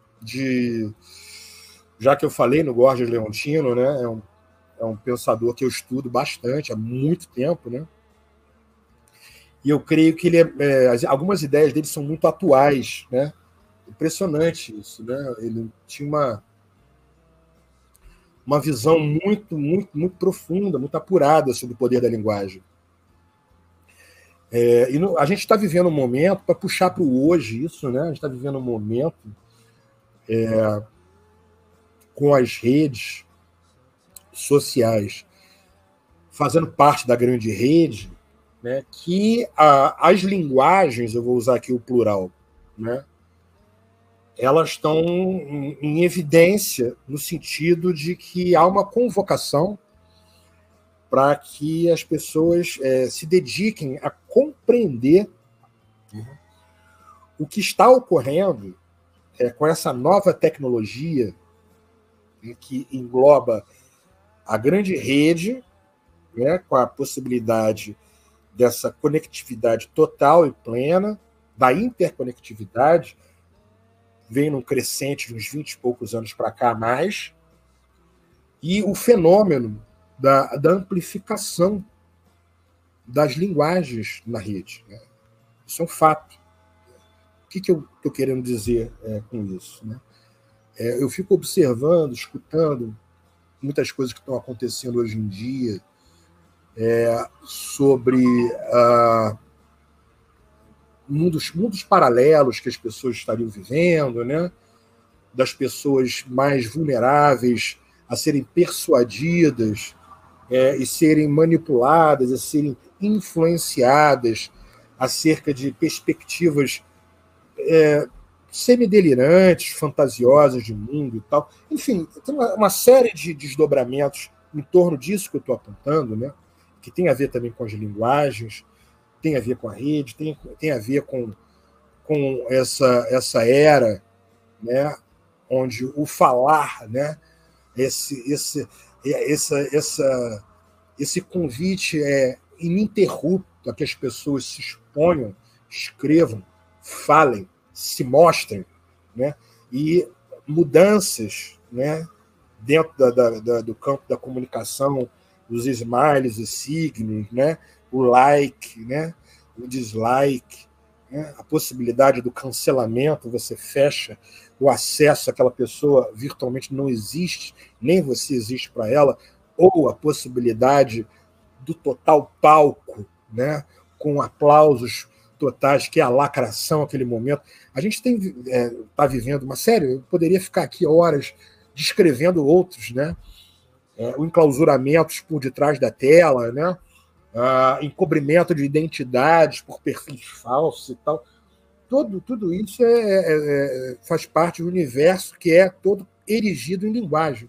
Já que eu falei no Gorgias Leontino, né? É um pensador que eu estudo bastante há muito tempo, né? E eu creio que algumas ideias dele são muito atuais, né? Impressionante isso, né? Ele tinha uma visão muito, muito, muito profunda, muito apurada sobre o poder da linguagem. A gente está vivendo um momento, para puxar para o hoje isso, né? A gente está vivendo um momento com as redes sociais fazendo parte da grande rede, né? Que as linguagens, eu vou usar aqui o plural, né? Elas estão em evidência no sentido de que há uma convocação para que as pessoas se dediquem a compreender o que está ocorrendo com essa nova tecnologia, né, que engloba a grande rede, né, com a possibilidade dessa conectividade total e plena, da interconectividade, vem num crescente de uns 20 e poucos anos para cá a mais, e o fenômeno da amplificação das linguagens na rede. Né? Isso é um fato. O que eu estou querendo dizer com isso? Né? Eu fico observando, escutando muitas coisas que estão acontecendo hoje em dia, sobre mundos paralelos que as pessoas estariam vivendo, né? Das pessoas mais vulneráveis a serem persuadidas e serem manipuladas, a serem influenciadas acerca de perspectivas semidelirantes, fantasiosas de mundo e tal. Enfim, tem uma série de desdobramentos em torno disso que eu estou apontando, né? Que tem a ver também com as linguagens, tem a ver com a rede, tem a ver com essa era, né? Onde o falar, né? Esse convite ininterrupto a que as pessoas se exponham, escrevam, falem, se mostrem, né? E mudanças, né? Dentro do campo da comunicação, os smiles, os signos, né? O like, né? O dislike, né? A possibilidade do cancelamento, você fecha o acesso àquela pessoa, virtualmente não existe, nem você existe para ela, ou a possibilidade do total palco, né? Com aplausos totais, que é a lacração naquele momento. A gente está vivendo uma série, eu poderia ficar aqui horas descrevendo outros, né? O enclausuramentos por detrás da tela, né? Encobrimento de identidades por perfis falsos e tal. Tudo isso faz parte do universo que é todo erigido em linguagem.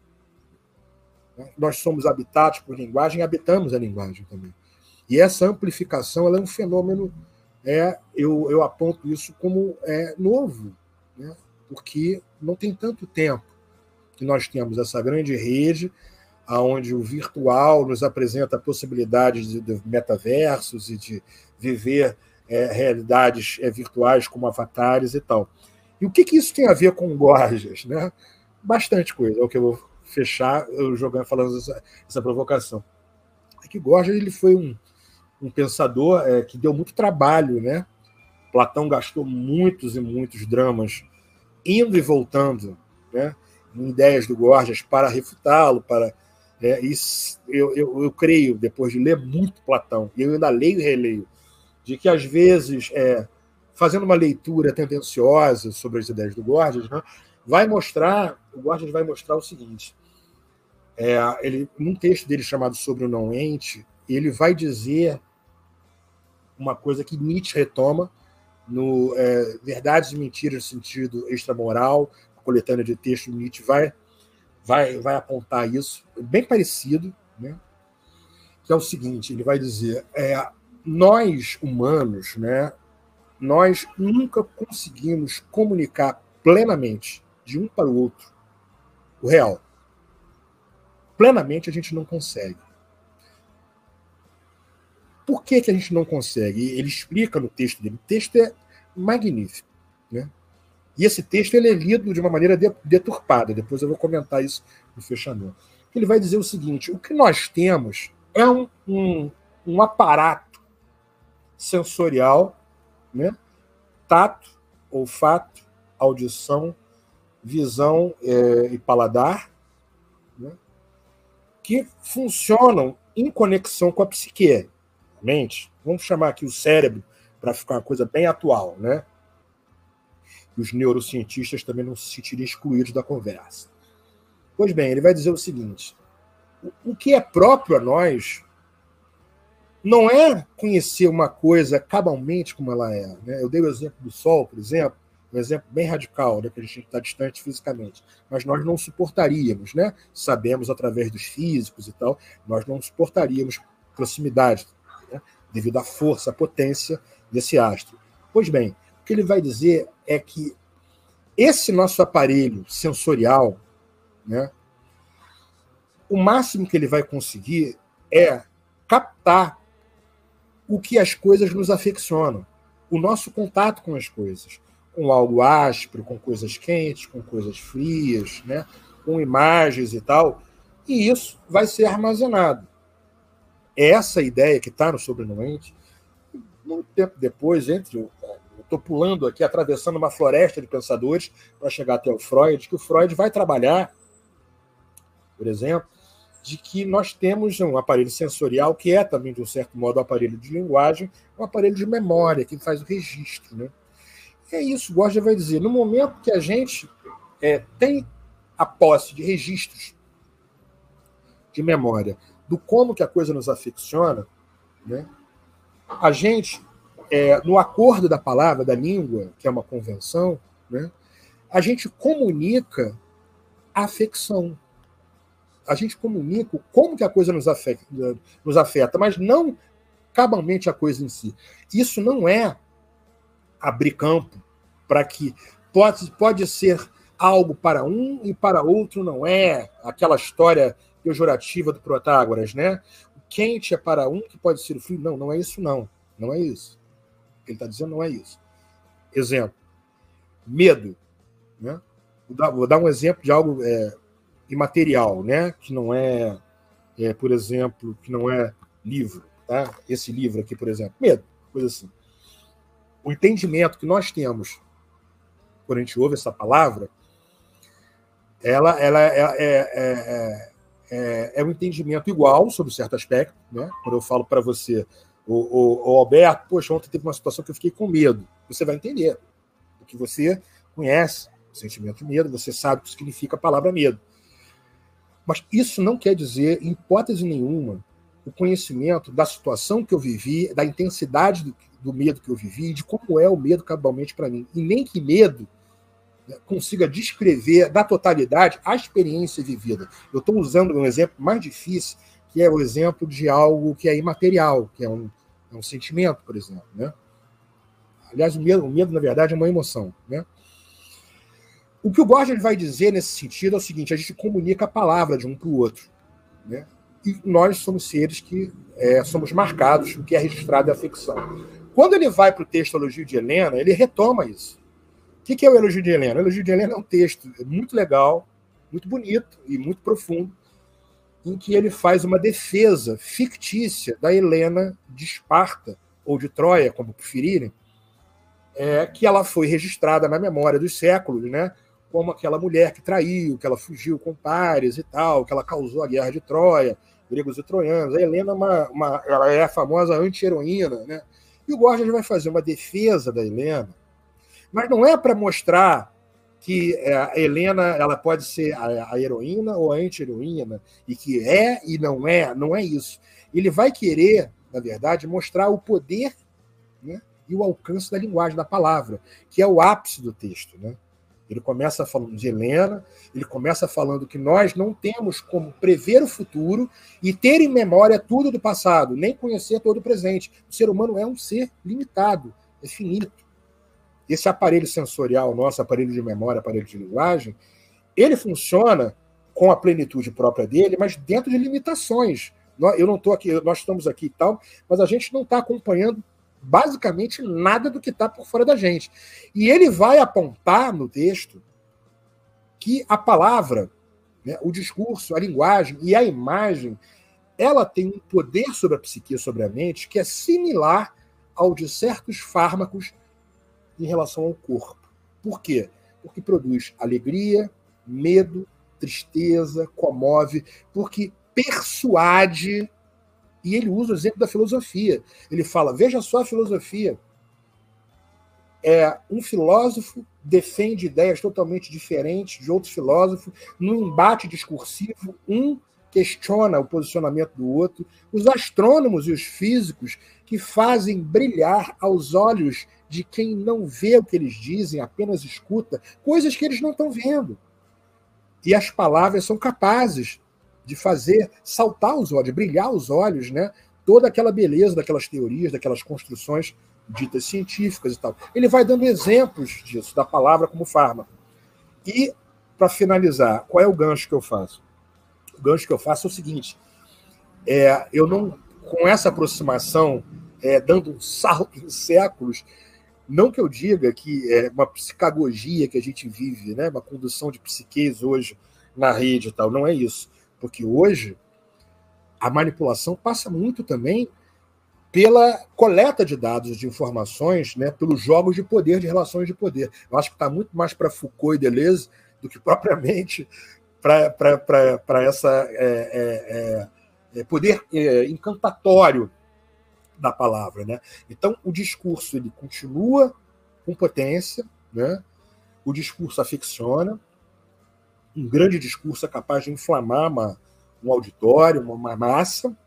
Nós somos habitados por linguagem e habitamos a linguagem também. E essa amplificação ela é um fenômeno, eu aponto isso como novo, né? Porque não tem tanto tempo que nós temos essa grande rede onde o virtual nos apresenta possibilidades de metaversos e de viver realidades virtuais como avatares e tal. E o que isso tem a ver com Gorgias, né? Bastante coisa, é o que eu vou fechar falando essa provocação. É que Gorgias ele foi um pensador que deu muito trabalho, né? Platão gastou muitos e muitos dramas indo e voltando, né? Em ideias do Gorgias para refutá-lo, eu creio, depois de ler muito Platão, e eu ainda leio e releio, de que, às vezes, fazendo uma leitura tendenciosa sobre as ideias do Gorgias, né, o Gorgias vai mostrar o seguinte, num texto dele chamado Sobre o Não-Ente, ele vai dizer uma coisa que Nietzsche retoma no Verdades e Mentiras no Sentido Extramoral, a coletânea de textos do Nietzsche vai apontar isso, bem parecido, né? Que é o seguinte, ele vai dizer, nós humanos, né, nós nunca conseguimos comunicar plenamente de um para o outro o real. Plenamente a gente não consegue. Por que a gente não consegue? Ele explica no texto dele. O texto é magnífico, né? E esse texto ele é lido de uma maneira deturpada. Depois eu vou comentar isso no fechamento. Ele vai dizer o seguinte, o que nós temos é um aparato sensorial, né? Tato, olfato, audição, visão e paladar, né? Que funcionam em conexão com a psique, a mente. Vamos chamar aqui o cérebro para ficar uma coisa bem atual, né? E os neurocientistas também não se sentiriam excluídos da conversa. Pois bem, ele vai dizer o seguinte, o que é próprio a nós não é conhecer uma coisa cabalmente como ela é, né? Eu dei o exemplo do Sol, por exemplo, um exemplo bem radical, né? Que a gente está distante fisicamente, mas nós não suportaríamos, né? Sabemos através dos físicos e tal, nós não suportaríamos proximidade, né? Devido à força, à potência desse astro. Pois bem, o que ele vai dizer é que esse nosso aparelho sensorial, né? O máximo que ele vai conseguir é captar o que as coisas nos afeccionam, o nosso contato com as coisas, com algo áspero, com coisas quentes, com coisas frias, né? Com imagens e tal, e isso vai ser armazenado. Essa ideia que está no Sobre o Não-Ente, muito tempo depois, entre o estou pulando aqui, atravessando uma floresta de pensadores para chegar até o Freud, que o Freud vai trabalhar, por exemplo, de que nós temos um aparelho sensorial que é também, de um certo modo, um aparelho de linguagem, um aparelho de memória, que faz o registro. Né? É isso, Borges vai dizer, no momento que a gente tem a posse de registros de memória do como que a coisa nos afecciona, né? A gente, no acordo da palavra, da língua, que é uma convenção, né? A gente comunica a afecção. A gente comunica como que a coisa nos afeta, mas não cabalmente a coisa em si. Isso não é abrir campo para que pode ser algo para um e para outro não é. Aquela história pejorativa do Protágoras, né? O quente é para um que pode ser o frio. Não, não é isso, não. Não é isso. Ele está dizendo não é isso. Exemplo. Medo. Né? Vou dar um exemplo de algo imaterial, né? Que não por exemplo, que não é livro. Tá? Esse livro aqui, por exemplo. Medo. Coisa assim. O entendimento que nós temos quando a gente ouve essa palavra, ela é um entendimento igual sobre certo aspecto, né? Quando eu falo para você, o Alberto, poxa, ontem teve uma situação que eu fiquei com medo. Você vai entender, porque você conhece o sentimento de medo, você sabe o que significa a palavra medo. Mas isso não quer dizer, em hipótese nenhuma, o conhecimento da situação que eu vivi, da intensidade do medo que eu vivi, de como é o medo cabalmente para mim. E nem que medo consiga descrever da totalidade a experiência vivida. Eu estou usando um exemplo mais difícil, que é o exemplo de algo que é imaterial, que é um sentimento, por exemplo. Né? Aliás, o medo, na verdade, é uma emoção. Né? O que o Borges vai dizer nesse sentido é o seguinte: a gente comunica a palavra de um para o outro. Né? E nós somos seres que somos marcados, o que é registrado é a ficção. Quando ele vai para o texto Elogio de Helena, ele retoma isso. O que é o Elogio de Helena? O Elogio de Helena é um texto muito legal, muito bonito e muito profundo, em que ele faz uma defesa fictícia da Helena de Esparta, ou de Troia, como preferirem, que ela foi registrada na memória dos séculos, né, como aquela mulher que traiu, que ela fugiu com pares e tal, que ela causou a guerra de Troia, gregos e troianos. A Helena ela é a famosa anti-heroína. Né? E o Borges vai fazer uma defesa da Helena, mas não é para mostrar que a Helena ela pode ser a heroína ou a anti-heroína, e que e não é isso. Ele vai querer, na verdade, mostrar o poder, né, e o alcance da linguagem, da palavra, que é o ápice do texto. Né? Ele começa falando de Helena, ele começa falando que nós não temos como prever o futuro e ter em memória tudo do passado, nem conhecer todo o presente. O ser humano é um ser limitado, é finito. Esse aparelho sensorial, nosso aparelho de memória, aparelho de linguagem, ele funciona com a plenitude própria dele, mas dentro de limitações. Eu não estou aqui, nós estamos aqui e tal, mas a gente não está acompanhando basicamente nada do que está por fora da gente. E ele vai apontar no texto que a palavra, né, o discurso, a linguagem e a imagem, ela tem um poder sobre a psique, sobre a mente, que é similar ao de certos fármacos em relação ao corpo. Por quê? Porque produz alegria, medo, tristeza, comove, porque persuade. E ele usa o exemplo da filosofia. Ele fala, veja só a filosofia. Um filósofo defende ideias totalmente diferentes de outro filósofo, num embate discursivo, um questiona o posicionamento do outro. Os astrônomos e os físicos que fazem brilhar aos olhos de quem não vê o que eles dizem, apenas escuta, coisas que eles não estão vendo. E as palavras são capazes de fazer saltar os olhos, brilhar os olhos, né? Toda aquela beleza daquelas teorias, daquelas construções ditas científicas e tal. Ele vai dando exemplos disso, da palavra como fármaco. E, para finalizar, qual é o gancho que eu faço? O gancho que eu faço é o seguinte: eu não, com essa aproximação, dando um salto em séculos, não que eu diga que é uma psicagogia que a gente vive, né? Uma condução de psiquês hoje na rede e tal, não é isso. Porque hoje a manipulação passa muito também pela coleta de dados, de informações, né, pelos jogos de poder, de relações de poder. Eu acho que está muito mais para Foucault e Deleuze do que propriamente para essa poder encantatório da palavra, né? Então, o discurso ele continua com potência, né? O discurso aficiona, um grande discurso é capaz de inflamar um auditório, uma massa,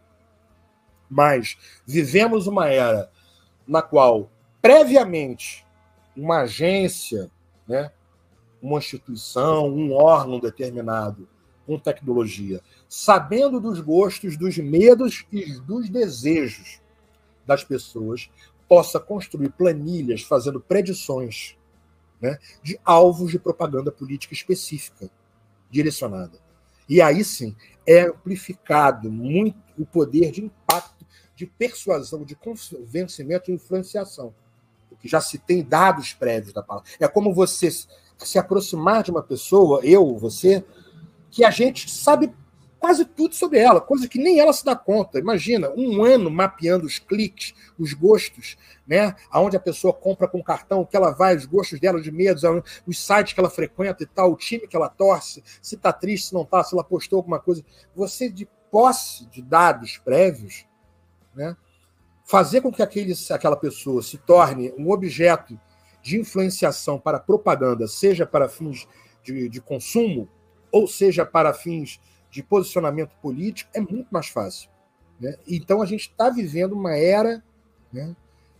mas vivemos uma era na qual, previamente, uma agência, né, uma instituição, um órgão determinado, com tecnologia, sabendo dos gostos, dos medos e dos desejos das pessoas, possa construir planilhas fazendo predições, né, de alvos de propaganda política específica, direcionada. E aí sim é amplificado muito o poder de impacto, de persuasão, de convencimento e influenciação. Porque já se tem dados prévios da palavra. É como você se aproximar de uma pessoa, eu, você, que a gente sabe quase tudo sobre ela, coisa que nem ela se dá conta. Imagina, um ano mapeando os cliques, os gostos, né? Aonde a pessoa compra com cartão, que ela vai, os gostos dela, de medos, os sites que ela frequenta e tal, o time que ela torce, se está triste, se não está, se ela postou alguma coisa. Você, de posse de dados prévios, né? Fazer com que aquela pessoa se torne um objeto de influenciação para propaganda, seja para fins de consumo, ou seja para fins de posicionamento político, é muito mais fácil, né? Então, a gente está vivendo uma era, né,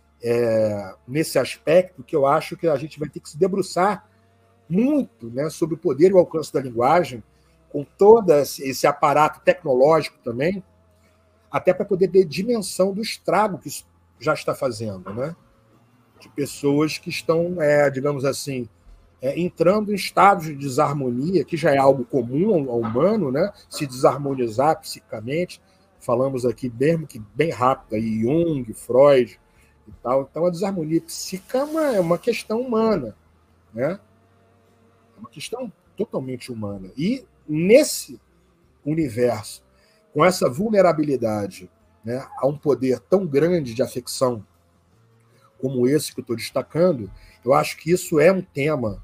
nesse aspecto que eu acho que a gente vai ter que se debruçar muito, né, sobre o poder e o alcance da linguagem, com todo esse aparato tecnológico também, até para poder ter dimensão do estrago que isso já está fazendo, né? De pessoas que estão, digamos assim, entrando em estados de desarmonia, que já é algo comum ao humano, né? Se desarmonizar psicicamente. Falamos aqui mesmo que bem rápido, aí, Jung, Freud e tal. Então, a desarmonia psíquica é uma questão humana, né? É uma questão totalmente humana. E nesse universo, com essa vulnerabilidade, né, a um poder tão grande de afecção como esse que eu estou destacando, eu acho que isso é um tema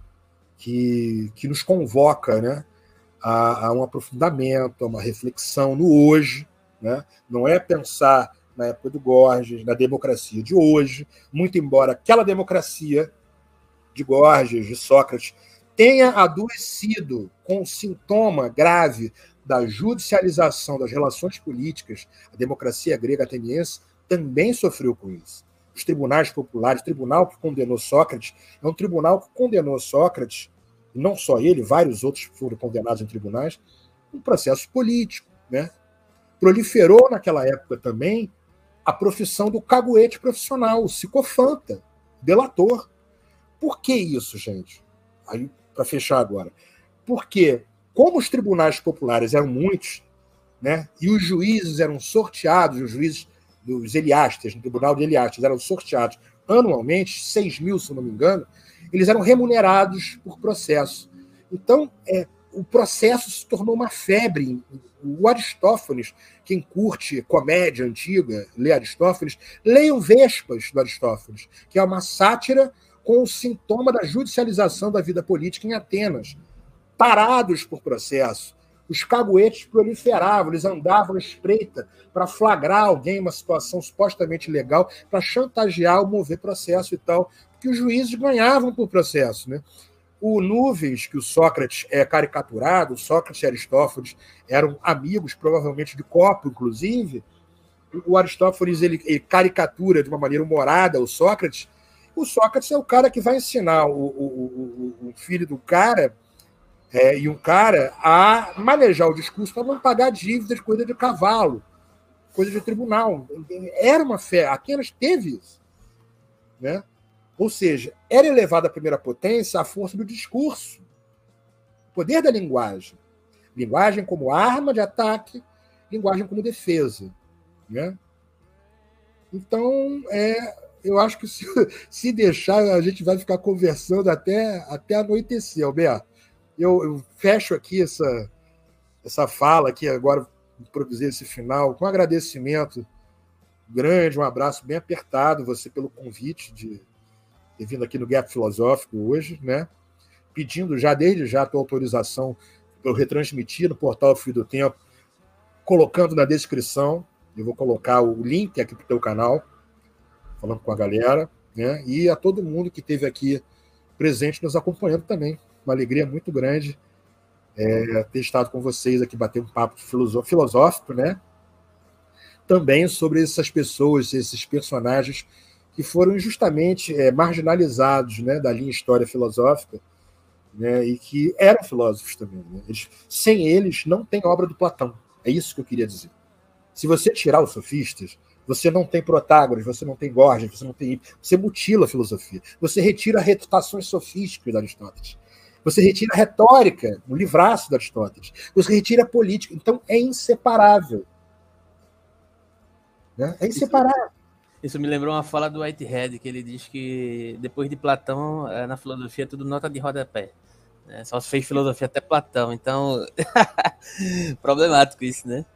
que nos convoca, né, a um aprofundamento, a uma reflexão no hoje, né? Não é pensar na época do Gorgias, na democracia de hoje, muito embora aquela democracia de Gorgias, de Sócrates, tenha adoecido com o sintoma grave da judicialização das relações políticas. A democracia grega ateniense também sofreu com isso. Os tribunais populares, o tribunal que condenou Sócrates, é um tribunal que condenou Sócrates, e não só ele, vários outros foram condenados em tribunais, um processo político, né? Proliferou naquela época também a profissão do caguete profissional, o psicofanta, delator. Por que isso, gente? Aí, para fechar agora. Porque, como os tribunais populares eram muitos, né, e os juízes eram sorteados, os juízes dos Eliastas, no Tribunal de Eliastas, eram sorteados anualmente, 6 mil, se não me engano, eles eram remunerados por processo. Então, o processo se tornou uma febre. O Aristófanes, quem curte comédia antiga, lê Aristófanes, leiam Vespas do Aristófanes, que é uma sátira com o sintoma da judicialização da vida política em Atenas. Parados por processo. Os caguetes proliferavam, eles andavam à espreita para flagrar alguém em uma situação supostamente legal, para chantagear ou mover processo e tal, porque os juízes ganhavam por processo, né? O Nuvens, que o Sócrates é caricaturado, Sócrates e Aristófanes eram amigos, provavelmente de copo, inclusive. O Aristófanes ele caricatura de uma maneira humorada o Sócrates. O Sócrates é o cara que vai ensinar o filho do cara e um cara a manejar o discurso para não pagar dívidas, coisa de cavalo, coisa de tribunal. Era uma fé. Atenas teve isso, né? Ou seja, era elevada à primeira potência a força do discurso, o poder da linguagem. Linguagem como arma de ataque, linguagem como defesa, né? Então, eu acho que se deixar, a gente vai ficar conversando até anoitecer, Alberto. Eu fecho aqui essa fala aqui agora, improvisei esse final, com agradecimento grande, um abraço bem apertado, você pelo convite de ter vindo aqui no Gap Filosófico hoje, né? Pedindo já, desde já, a tua autorização para eu retransmitir no portal Fio do Tempo, colocando na descrição, eu vou colocar o link aqui para o teu canal, falando com a galera, né? E a todo mundo que esteve aqui presente nos acompanhando também. Uma alegria muito grande ter estado com vocês aqui, bater um papo filosófico, né? Também sobre essas pessoas, esses personagens que foram injustamente marginalizados, né, da linha história filosófica, né, e que eram filósofos também. Né? Sem eles, não tem obra do Platão. É isso que eu queria dizer. Se você tirar os sofistas, você não tem Protágoras, você não tem Gorgias, você não tem... Você mutila a filosofia. Você retira refutações sofísticas de Aristóteles. Você retira a retórica, o livraço de Aristóteles. Você retira a política. Então, é inseparável. Né? É inseparável. Isso me lembrou uma fala do Whitehead, que ele diz que depois de Platão, na filosofia, é tudo nota de rodapé. Né? Só se fez filosofia até Platão. Então, problemático isso, né?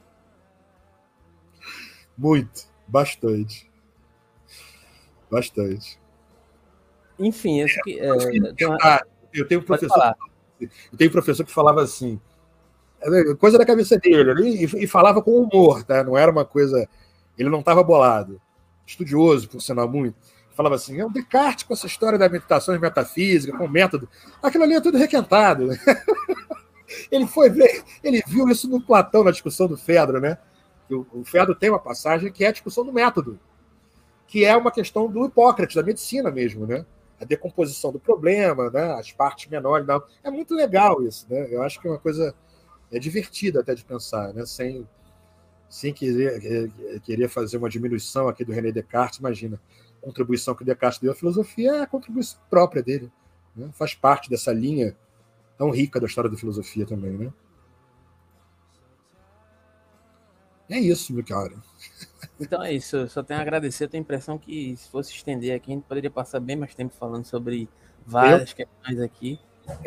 Muito, bastante. Bastante. Enfim, eu tenho um professor que falava assim, coisa da cabeça dele, e falava com humor, tá? Não era uma coisa... Ele não estava bolado. Estudioso, por sinal, muito. Falava assim, o Descartes com essa história da meditação e metafísica, com o método, aquilo ali é tudo requentado. Ele foi ver, ele viu isso no Platão, na discussão do Fedro, né? O Fedro tem uma passagem que é a discussão do método, que é uma questão do Hipócrates, da medicina mesmo, né? A decomposição do problema, né? As partes menores. Não. É muito legal isso, né? Eu acho que é uma coisa divertida até de pensar, né? Sem querer fazer uma diminuição aqui do René Descartes, imagina, a contribuição que o Descartes deu à filosofia é a contribuição própria dele, né? Faz parte dessa linha tão rica da história da filosofia também, né? É isso, meu cara. Então é isso, eu só tenho a agradecer. Eu tenho a impressão que se fosse estender aqui, a gente poderia passar bem mais tempo falando sobre várias questões aqui.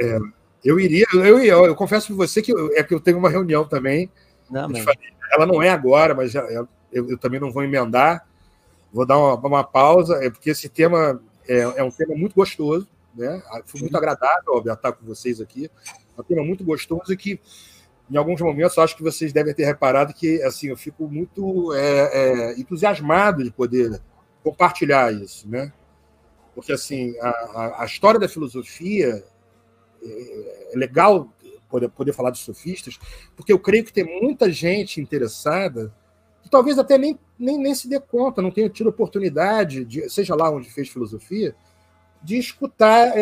Eu confesso para você que eu tenho uma reunião também. Não, ela não é agora, mas eu também não vou emendar. Vou dar uma pausa, porque esse tema é um tema muito gostoso, né? Foi muito agradável estar com vocês aqui. É um tema muito gostoso e que, em alguns momentos, acho que vocês devem ter reparado que assim, eu fico muito entusiasmado de poder compartilhar isso, né? Porque assim, a história da filosofia é legal poder falar de sofistas, porque eu creio que tem muita gente interessada que talvez até nem se dê conta, não tenha tido oportunidade, seja lá onde fez filosofia, de escutar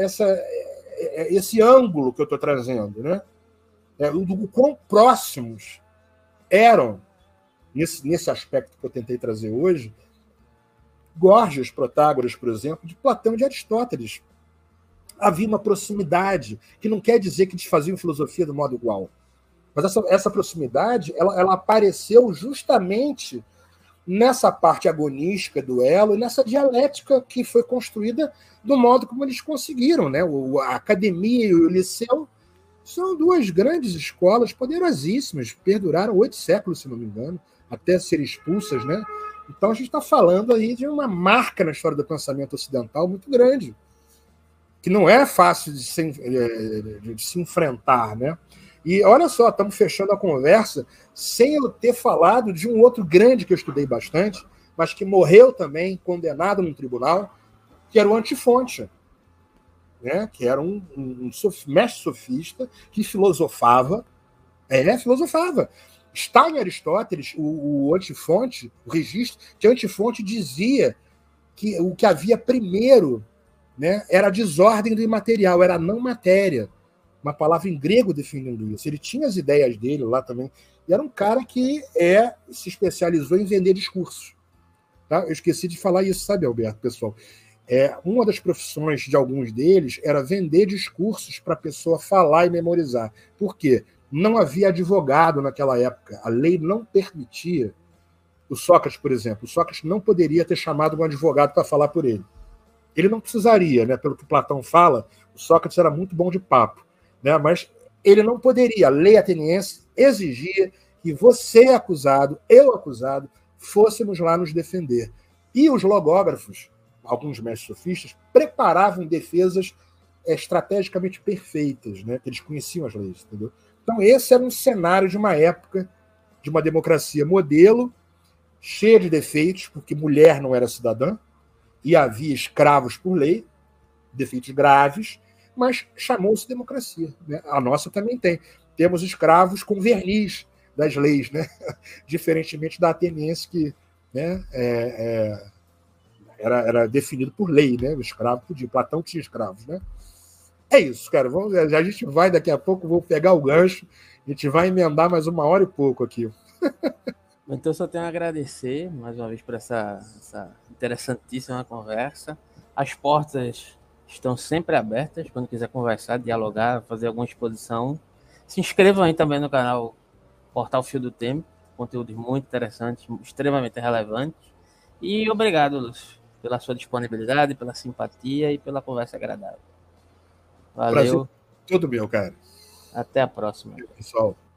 esse ângulo que eu estou trazendo, né? O quão próximos eram, nesse aspecto que eu tentei trazer hoje, Gorgias, Protágoras, por exemplo, de Platão e de Aristóteles. Havia uma proximidade, que não quer dizer que eles faziam filosofia do modo igual. Mas essa proximidade ela apareceu justamente nessa parte agonística do elo e nessa dialética que foi construída do modo como eles conseguiram. Né? A academia e o liceu são duas grandes escolas poderosíssimas, perduraram 8 séculos, se não me engano, até serem expulsas. Né? Então a gente está falando aí de uma marca na história do pensamento ocidental muito grande, que não é fácil de se enfrentar, né? E olha só, estamos fechando a conversa sem eu ter falado de um outro grande que eu estudei bastante, mas que morreu também, condenado num tribunal, que era o Antifonte, né? Que era um mestre sofista que filosofava. Filosofava. Está em Aristóteles, o Antifonte, o registro, que o Antifonte dizia que o que havia primeiro, né, era a desordem do imaterial, era a não matéria. Uma palavra em grego definindo isso. Ele tinha as ideias dele lá também. E era um cara que se especializou em vender discursos. Tá? Eu esqueci de falar isso, sabe, Alberto, pessoal? Uma das profissões de alguns deles era vender discursos para a pessoa falar e memorizar. Por quê? Não havia advogado naquela época. A lei não permitia. O Sócrates, por exemplo, o Sócrates não poderia ter chamado um advogado para falar por ele. Ele não precisaria, né? Pelo que Platão fala, o Sócrates era muito bom de papo, né? Mas ele não poderia. A lei ateniense exigia que você, acusado, eu, acusado, fôssemos lá nos defender. E os logógrafos, alguns mestres sofistas, preparavam defesas estrategicamente perfeitas, né? Que eles conheciam as leis, entendeu? Então esse era um cenário de uma época de uma democracia modelo, cheia de defeitos, porque mulher não era cidadã, e havia escravos por lei, defeitos graves, mas chamou-se democracia. Né? A nossa também tem. Temos escravos com verniz das leis, né? Diferentemente da ateniense, que, né, era definido por lei, né? O escravo podia. Platão tinha escravos, né? É isso, cara. A gente vai daqui a pouco, vou pegar o gancho, a gente vai emendar mais 1 hora e pouco aqui. Então, eu só tenho a agradecer mais uma vez por essa interessantíssima conversa. As portas estão sempre abertas quando quiser conversar, dialogar, fazer alguma exposição. Se inscrevam aí também no canal Portal Fio do Tempo, conteúdos muito interessantes, extremamente relevantes. E obrigado, Lúcio, pela sua disponibilidade, pela simpatia e pela conversa agradável. Prazer Valeu, todo meu, cara. até a próxima. Pessoal.